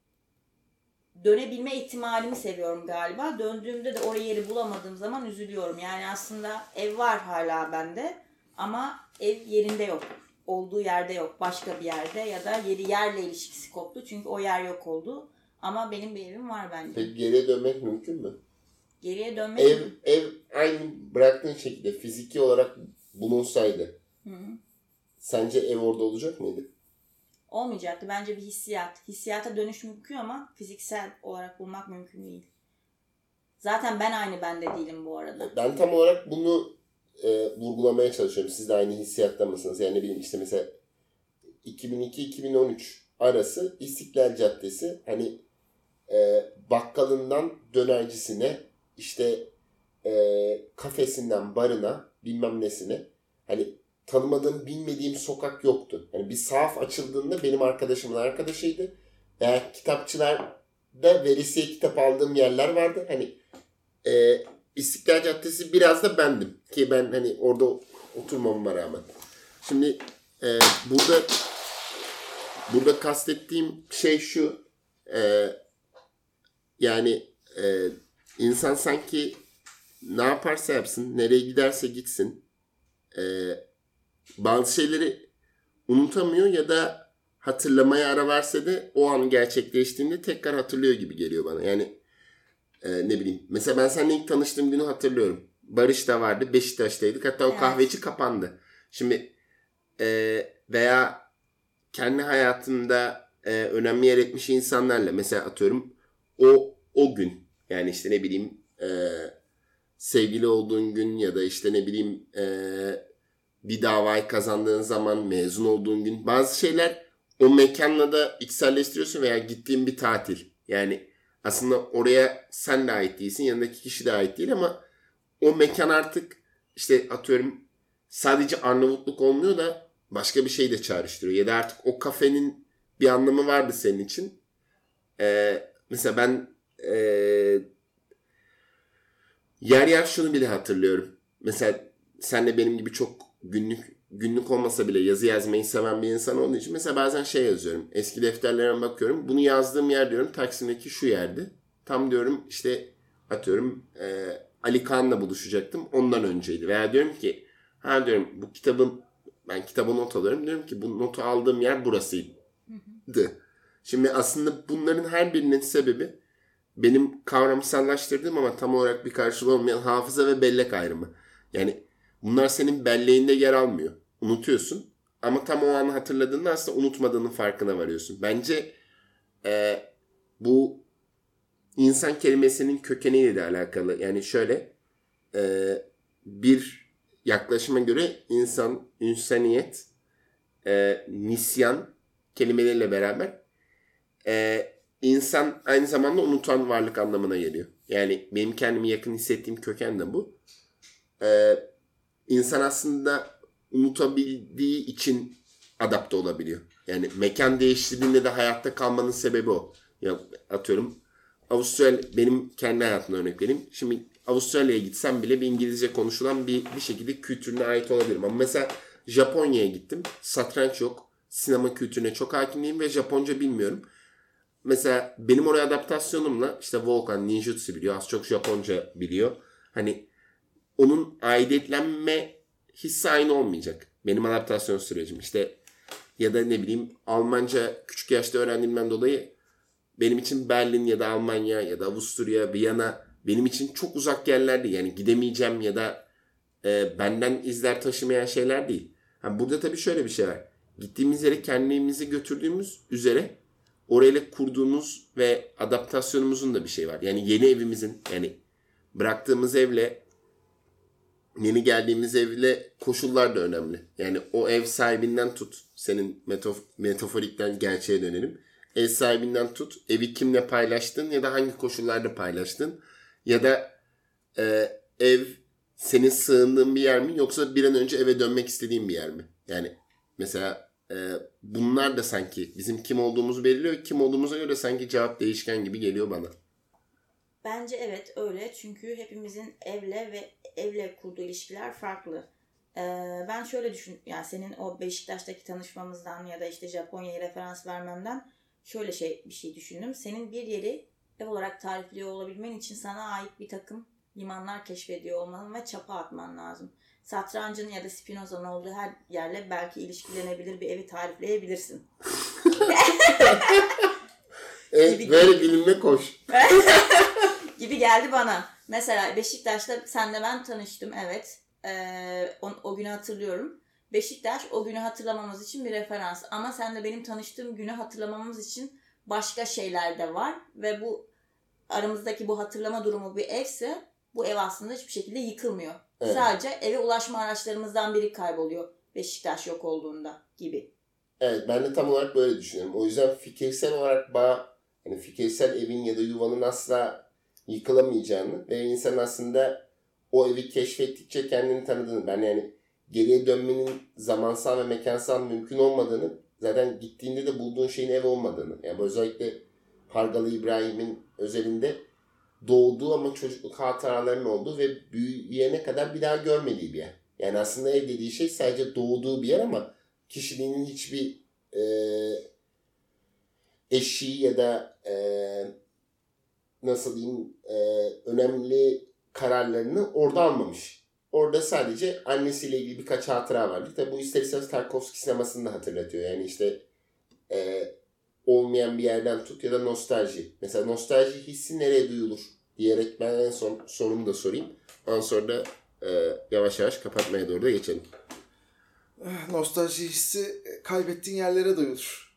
Speaker 2: dönebilme ihtimalimi seviyorum galiba. Döndüğümde de o yeri bulamadığım zaman üzülüyorum. Yani aslında ev var hala bende ama ev yerinde yok. Olduğu yerde yok. Başka bir yerde ya da yeri yerle ilişkisi koptu. Çünkü o yer yok oldu. Ama benim bir evim var bence.
Speaker 1: Peki geriye dönmek mümkün mü?
Speaker 2: Geriye dönmek
Speaker 1: Ev,
Speaker 2: mi?
Speaker 1: ev aynı bıraktığın şekilde fiziki olarak bulunsaydı
Speaker 2: Hı hı.
Speaker 1: sence ev orada olacak mıydı?
Speaker 2: Olmayacaktı. Bence bir hissiyat. Hissiyata dönüş mümkün ama fiziksel olarak bulmak mümkün değil. Zaten ben aynı bende değilim bu arada.
Speaker 1: Ben tam olarak bunu e, vurgulamaya çalışıyorum. Siz de aynı hissiyatta mısınız? Yani ne bileyim işte mesela iki bin iki iki bin on üç arası İstiklal Caddesi hani e, bakkalından dönercisine işte e, kafesinden barına bilmem nesine hani tanımadığım bilmediğim sokak yoktu. Hani bir sahaf açıldığında benim arkadaşımın arkadaşıydı. Eğer kitapçılarda veresiye kitap aldığım yerler vardı. Hani e, İstiklal Caddesi biraz da bendim. Ki ben hani orada oturmamama rağmen. Şimdi e, burada burada kastettiğim şey şu. E, yani e, insan sanki ne yaparsa yapsın, nereye giderse gitsin e, bazı şeyleri unutamıyor ya da hatırlamaya ara verse de o an gerçekleştiğinde tekrar hatırlıyor gibi geliyor bana. Yani e, ne bileyim. Mesela ben seninle ilk tanıştığım günü hatırlıyorum. Barış da vardı. Beşiktaş'taydık. Hatta o
Speaker 2: Evet.
Speaker 1: kahveci kapandı. Şimdi e, veya kendi hayatımda e, önemli yer etmiş insanlarla mesela atıyorum o o gün yani işte ne bileyim e, sevgili olduğun gün ya da işte ne bileyim e, bir davayı kazandığın zaman mezun olduğun gün bazı şeyler o mekanla da içselleştiriyorsun veya gittiğin bir tatil. Yani aslında oraya sen de ait değilsin, yanındaki kişi de ait değil ama o mekan artık işte atıyorum sadece Arnavutluk olmuyor da başka bir şey de çağrıştırıyor. Ya da artık o kafenin bir anlamı vardı senin için. Ee, mesela ben e, yer yer şunu bile hatırlıyorum. Mesela sen de benim gibi çok günlük günlük olmasa bile yazı yazmayı seven bir insan olduğu için mesela bazen şey yazıyorum. Eski defterlerime bakıyorum. Bunu yazdığım yer diyorum Taksim'deki şu yerdi. Tam diyorum işte atıyorum e, Ali Kaan'la buluşacaktım. Ondan önceydi. Veya diyorum ki ha diyorum bu kitabın ben kitaba not alıyorum. Diyorum ki bu notu aldığım yer burasıydı. Şimdi aslında bunların her birinin sebebi benim kavramsallaştırdığım ama tam olarak bir karşılığı olmayan hafıza ve bellek ayrımı. Yani bunlar senin belleğinde yer almıyor. Unutuyorsun. Ama tam o anı hatırladığında aslında unutmadığının farkına varıyorsun. Bence e, bu insan kelimesinin kökeniyle de alakalı. Yani şöyle e, bir yaklaşıma göre insan, insaniyet, e, nisyan kelimeleriyle beraber e, insan aynı zamanda unutan varlık anlamına geliyor. Yani benim kendimi yakın hissettiğim köken de bu. E, insan aslında unutabildiği için adapte olabiliyor. Yani mekan değiştirdiğinde de hayatta kalmanın sebebi o. Ya atıyorum Avustralya benim kendi hayatımda örnek vereyim. Şimdi Avustralya'ya gitsem bile bir İngilizce konuşulan bir bir şekilde kültürüne ait olabilirim. Ama mesela Japonya'ya gittim. Satranç yok. Sinema kültürüne çok hakim değilim ve Japonca bilmiyorum. Mesela benim oraya adaptasyonumla işte Volkan ninjutsu biliyor. Az çok Japonca biliyor. Hani onun aidiyetlenme hissi aynı olmayacak. Benim adaptasyon sürecim. İşte ya da ne bileyim Almanca küçük yaşta öğrendiğimden dolayı benim için Berlin ya da Almanya ya da Avusturya, Viyana benim için çok uzak yerler değil. Yani gidemeyeceğim ya da e, benden izler taşımayan şeyler değil. Ha, burada tabii şöyle bir şey var. Gittiğimiz yere kendimizi götürdüğümüz üzere orayla kurduğumuz ve adaptasyonumuzun da bir şey var. Yani yeni evimizin yani bıraktığımız evle yeni geldiğimiz evle koşullar da önemli. Yani o ev sahibinden tut. Senin metafor- metaforikten gerçeğe dönelim. Ev sahibinden tut. Evi kimle paylaştın ya da hangi koşullarda paylaştın. Ya da e, ev senin sığındığın bir yer mi yoksa bir an önce eve dönmek istediğin bir yer mi? Yani mesela e, bunlar da sanki bizim kim olduğumuzu belirliyor. Kim olduğumuza göre sanki cevap değişken gibi geliyor bana.
Speaker 2: Bence evet öyle. Çünkü hepimizin evle ve evle kurduğu ilişkiler farklı. Ee, ben şöyle düşün, yani senin o Beşiktaş'taki tanışmamızdan ya da işte Japonya'ya referans vermemden şöyle şey bir şey düşündüm. Senin bir yeri ev olarak tarifliyor olabilmen için sana ait bir takım limanlar keşfediyor olman ve çapa atman lazım. Satrancın ya da Spinoza'nın olduğu her yerle belki ilişkilenebilir bir evi tarifleyebilirsin.
Speaker 1: Evet,
Speaker 2: Gibi-
Speaker 1: böyle bilinme koş.
Speaker 2: gibi geldi bana. Mesela Beşiktaş'ta senle ben tanıştım, evet. Ee, o, o günü hatırlıyorum. Beşiktaş o günü hatırlamamız için bir referans. Ama senle benim tanıştığım günü hatırlamamız için başka şeyler de var. Ve bu aramızdaki bu hatırlama durumu bir evse bu ev aslında hiçbir şekilde yıkılmıyor.
Speaker 1: Evet.
Speaker 2: Sadece eve ulaşma araçlarımızdan biri kayboluyor. Beşiktaş yok olduğunda gibi.
Speaker 1: Evet, ben de tam olarak böyle düşünüyorum. O yüzden fikirsel olarak bağ, hani fikirsel evin ya da yuvanın asla yıkılamayacağını ve insan aslında o evi keşfettikçe kendini tanıdığını, ben yani geriye dönmenin zamansal ve mekansal mümkün olmadığını, zaten gittiğinde de bulduğun şeyin ev olmadığını, yani bu özellikle Pargalı İbrahim'in özelinde doğduğu ama çocukluk hatıralarının olduğu ve büyüyene kadar bir daha görmediği bir yer. Yani aslında ev dediği şey sadece doğduğu bir yer ama kişiliğinin hiçbir e, eşiği ya da e, nasıl diyeyim e, önemli kararlarını orada almamış. Orada sadece annesiyle ilgili birkaç hatıra vardı. Tabi bu ister istemez Tarkovski sinemasını da hatırlatıyor. Yani işte e, olmayan bir yerden tut ya da nostalji. Mesela nostalji hissi nereye duyulur diyerek ben en son sorumu da sorayım. Ondan sonra da e, yavaş yavaş kapatmaya doğru da geçelim.
Speaker 3: Nostalji hissi kaybettiğin yerlere duyulur.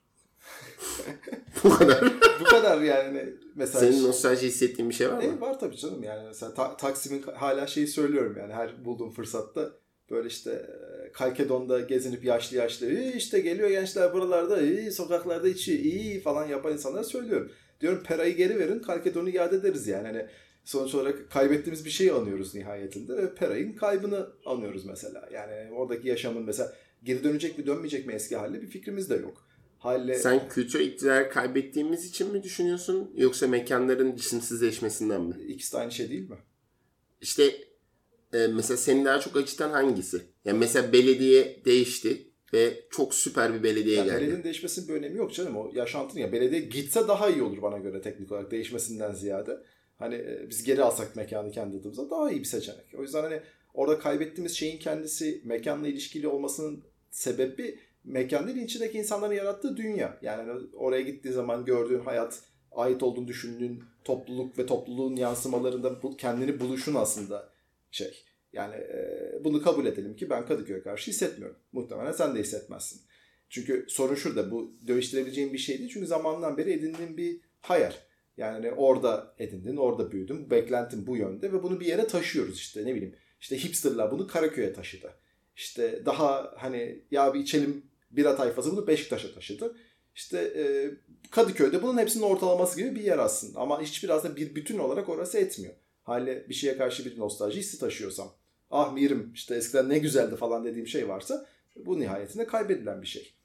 Speaker 1: Bu kadar.
Speaker 3: Bu kadar yani. Mesela
Speaker 1: Senin nostalji hissettiğin bir şey var mı?
Speaker 3: E, var tabii canım yani. Mesela Ta- Taksim'in hala şeyi söylüyorum yani her bulduğum fırsatta. Böyle işte e, Kalkedon'da gezinip yaşlı yaşlı "İyi işte geliyor gençler buralarda, iyi sokaklarda içiyor, iyi" falan yapan insanlara söylüyorum. Diyorum Pera'yı geri verin, Kalkedon'u iade ederiz yani. Hani sonuç olarak kaybettiğimiz bir şeyi anıyoruz nihayetinde ve Pera'nın kaybını anıyoruz mesela. Yani oradaki yaşamın mesela geri dönecek mi dönmeyecek mi eski haline bir fikrimiz de yok. Halle...
Speaker 1: Sen kültür iktidarı kaybettiğimiz için mi düşünüyorsun yoksa mekanların cisimsizleşmesinden mi?
Speaker 3: İkisi de aynı şey değil mi?
Speaker 1: İşte e, mesela seni daha çok acıtan hangisi? Yani mesela belediye değişti ve çok süper bir belediye
Speaker 3: Yani
Speaker 1: geldi.
Speaker 3: belediyenin değişmesinin bir önemi yok canım. O yaşantın ya. Belediye gitse daha iyi olur bana göre teknik olarak değişmesinden ziyade. Hani e, biz geri alsak mekanı kendi adımıza daha iyi bir seçenek. O yüzden hani orada kaybettiğimiz şeyin kendisi mekanla ilişkili olmasının sebebi mekan değil, içindeki insanların yarattığı dünya. Yani hani oraya gittiğin zaman gördüğün hayat, ait olduğunu düşündüğün topluluk ve topluluğun yansımalarında bu, kendini buluşun aslında şey. Yani e, bunu kabul edelim ki ben Kadıköy'e karşı hissetmiyorum. Muhtemelen sen de hissetmezsin. Çünkü sorun şurada, bu değiştirebileceğin bir şey değil. Çünkü zamandan beri edindiğin bir hayal. Yani orada edindin, orada büyüdün. Beklentin bu yönde ve bunu bir yere taşıyoruz işte ne bileyim. İşte hipsterlar bunu Karaköy'e taşıdı. İşte daha hani ya bir içelim bira tayfası bunu Beşiktaş'a taşıdı. İşte e, Kadıköy'de bunun hepsinin ortalaması gibi bir yer aslında. Ama hiçbir aslında bir bütün olarak orası etmiyor. Hale bir şeye karşı bir nostalji hissi taşıyorsam, ah mirim işte eskiden ne güzeldi falan dediğim şey varsa bu nihayetinde kaybedilen bir şey.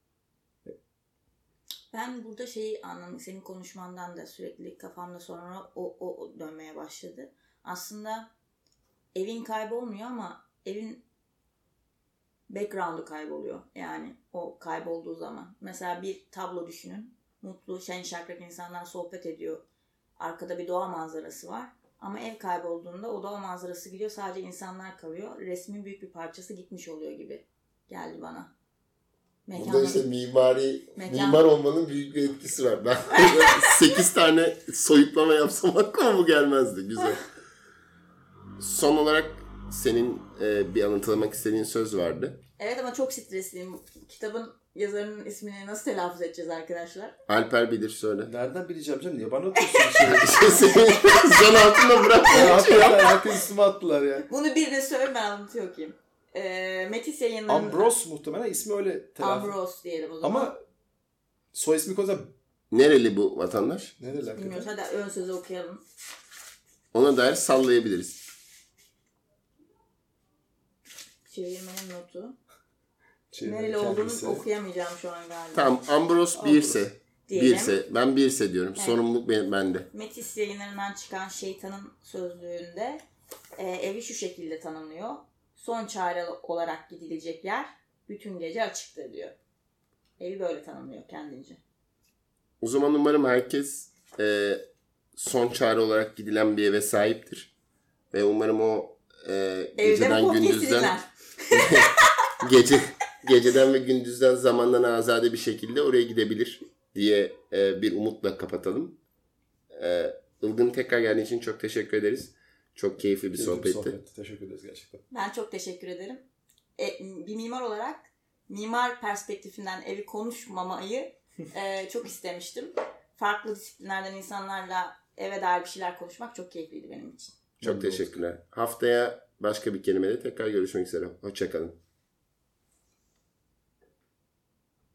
Speaker 2: Ben burada şeyi anladım. Senin konuşmandan da sürekli kafamda sonra o, o, o dönmeye başladı. Aslında evin kaybolmuyor ama evin background'u kayboluyor. Yani o kaybolduğu zaman. Mesela bir tablo düşünün. Mutlu, şen şakrak insanlar sohbet ediyor. Arkada bir doğa manzarası var. Ama ev kaybolduğunda o doğa manzarası gidiyor. Sadece insanlar kalıyor. Resmin büyük bir parçası gitmiş oluyor gibi geldi bana.
Speaker 1: Burada işte mimari,
Speaker 2: Mekan...
Speaker 1: mimar olmanın büyük bir etkisi var. Ben sekiz tane soyutlama yapsam aklıma bu gelmezdi. Güzel. Son olarak senin e, bir anlatılamak istediğin söz vardı.
Speaker 2: Evet ama çok stresliyim. Kitabın yazarının ismini nasıl telaffuz edeceğiz arkadaşlar?
Speaker 1: Alper bilir söyle.
Speaker 3: Nereden bileceğim canım? Niye bana atıyorsun bir şey?
Speaker 1: Seni zan altında bırakmaya
Speaker 3: Hakikaten herkes üstüme attılar ya.
Speaker 2: Bunu birine söyle, ben anlatıyor okuyayım. Ee, Metis yayınlarında.
Speaker 3: Ambros muhtemelen ismi öyle telaffuz.
Speaker 2: Ambros diyelim o zaman.
Speaker 3: Ama soy ismi koza...
Speaker 1: Nereli bu vatandaş?
Speaker 3: Nereler?
Speaker 2: Bilmiyoruz. Hadi ön sözü okuyalım.
Speaker 1: Ona dair sallayabiliriz.
Speaker 2: Çevirmenin notu. Nereli olduğunu okuyamayacağım şu an galiba.
Speaker 1: Tamam, Ambros Bierce. Bierce. Ben Bierce diyorum. Evet. Sorumluluk benim, bende.
Speaker 2: Metis yayınlarından çıkan Şeytanın Sözlüğü'nde e, evi şu şekilde tanımlıyor. Son çare olarak gidilecek yer bütün gece açıktır diyor. Evi böyle tanımlıyor kendince.
Speaker 1: O zaman umarım herkes e, son çare olarak gidilen bir eve sahiptir. Ve umarım o e, geceden gündüzden gece geceden ve gündüzden zamandan azade bir şekilde oraya gidebilir diye e, bir umutla kapatalım. E, Ilgın, tekrar geldiğin için çok teşekkür ederiz. Çok keyifli bir
Speaker 3: keyifli
Speaker 1: sohbetti.
Speaker 3: Bir sohbetti. Teşekkür ederiz gerçekten.
Speaker 2: Ben çok teşekkür ederim. E, bir mimar olarak mimar perspektifinden evi konuşmamayı e, çok istemiştim. Farklı disiplinlerden insanlarla eve dair bir şeyler konuşmak çok keyifliydi benim için.
Speaker 1: Çok teşekkürler. Haftaya başka bir kelimeyle tekrar görüşmek üzere. Hoşça kalın.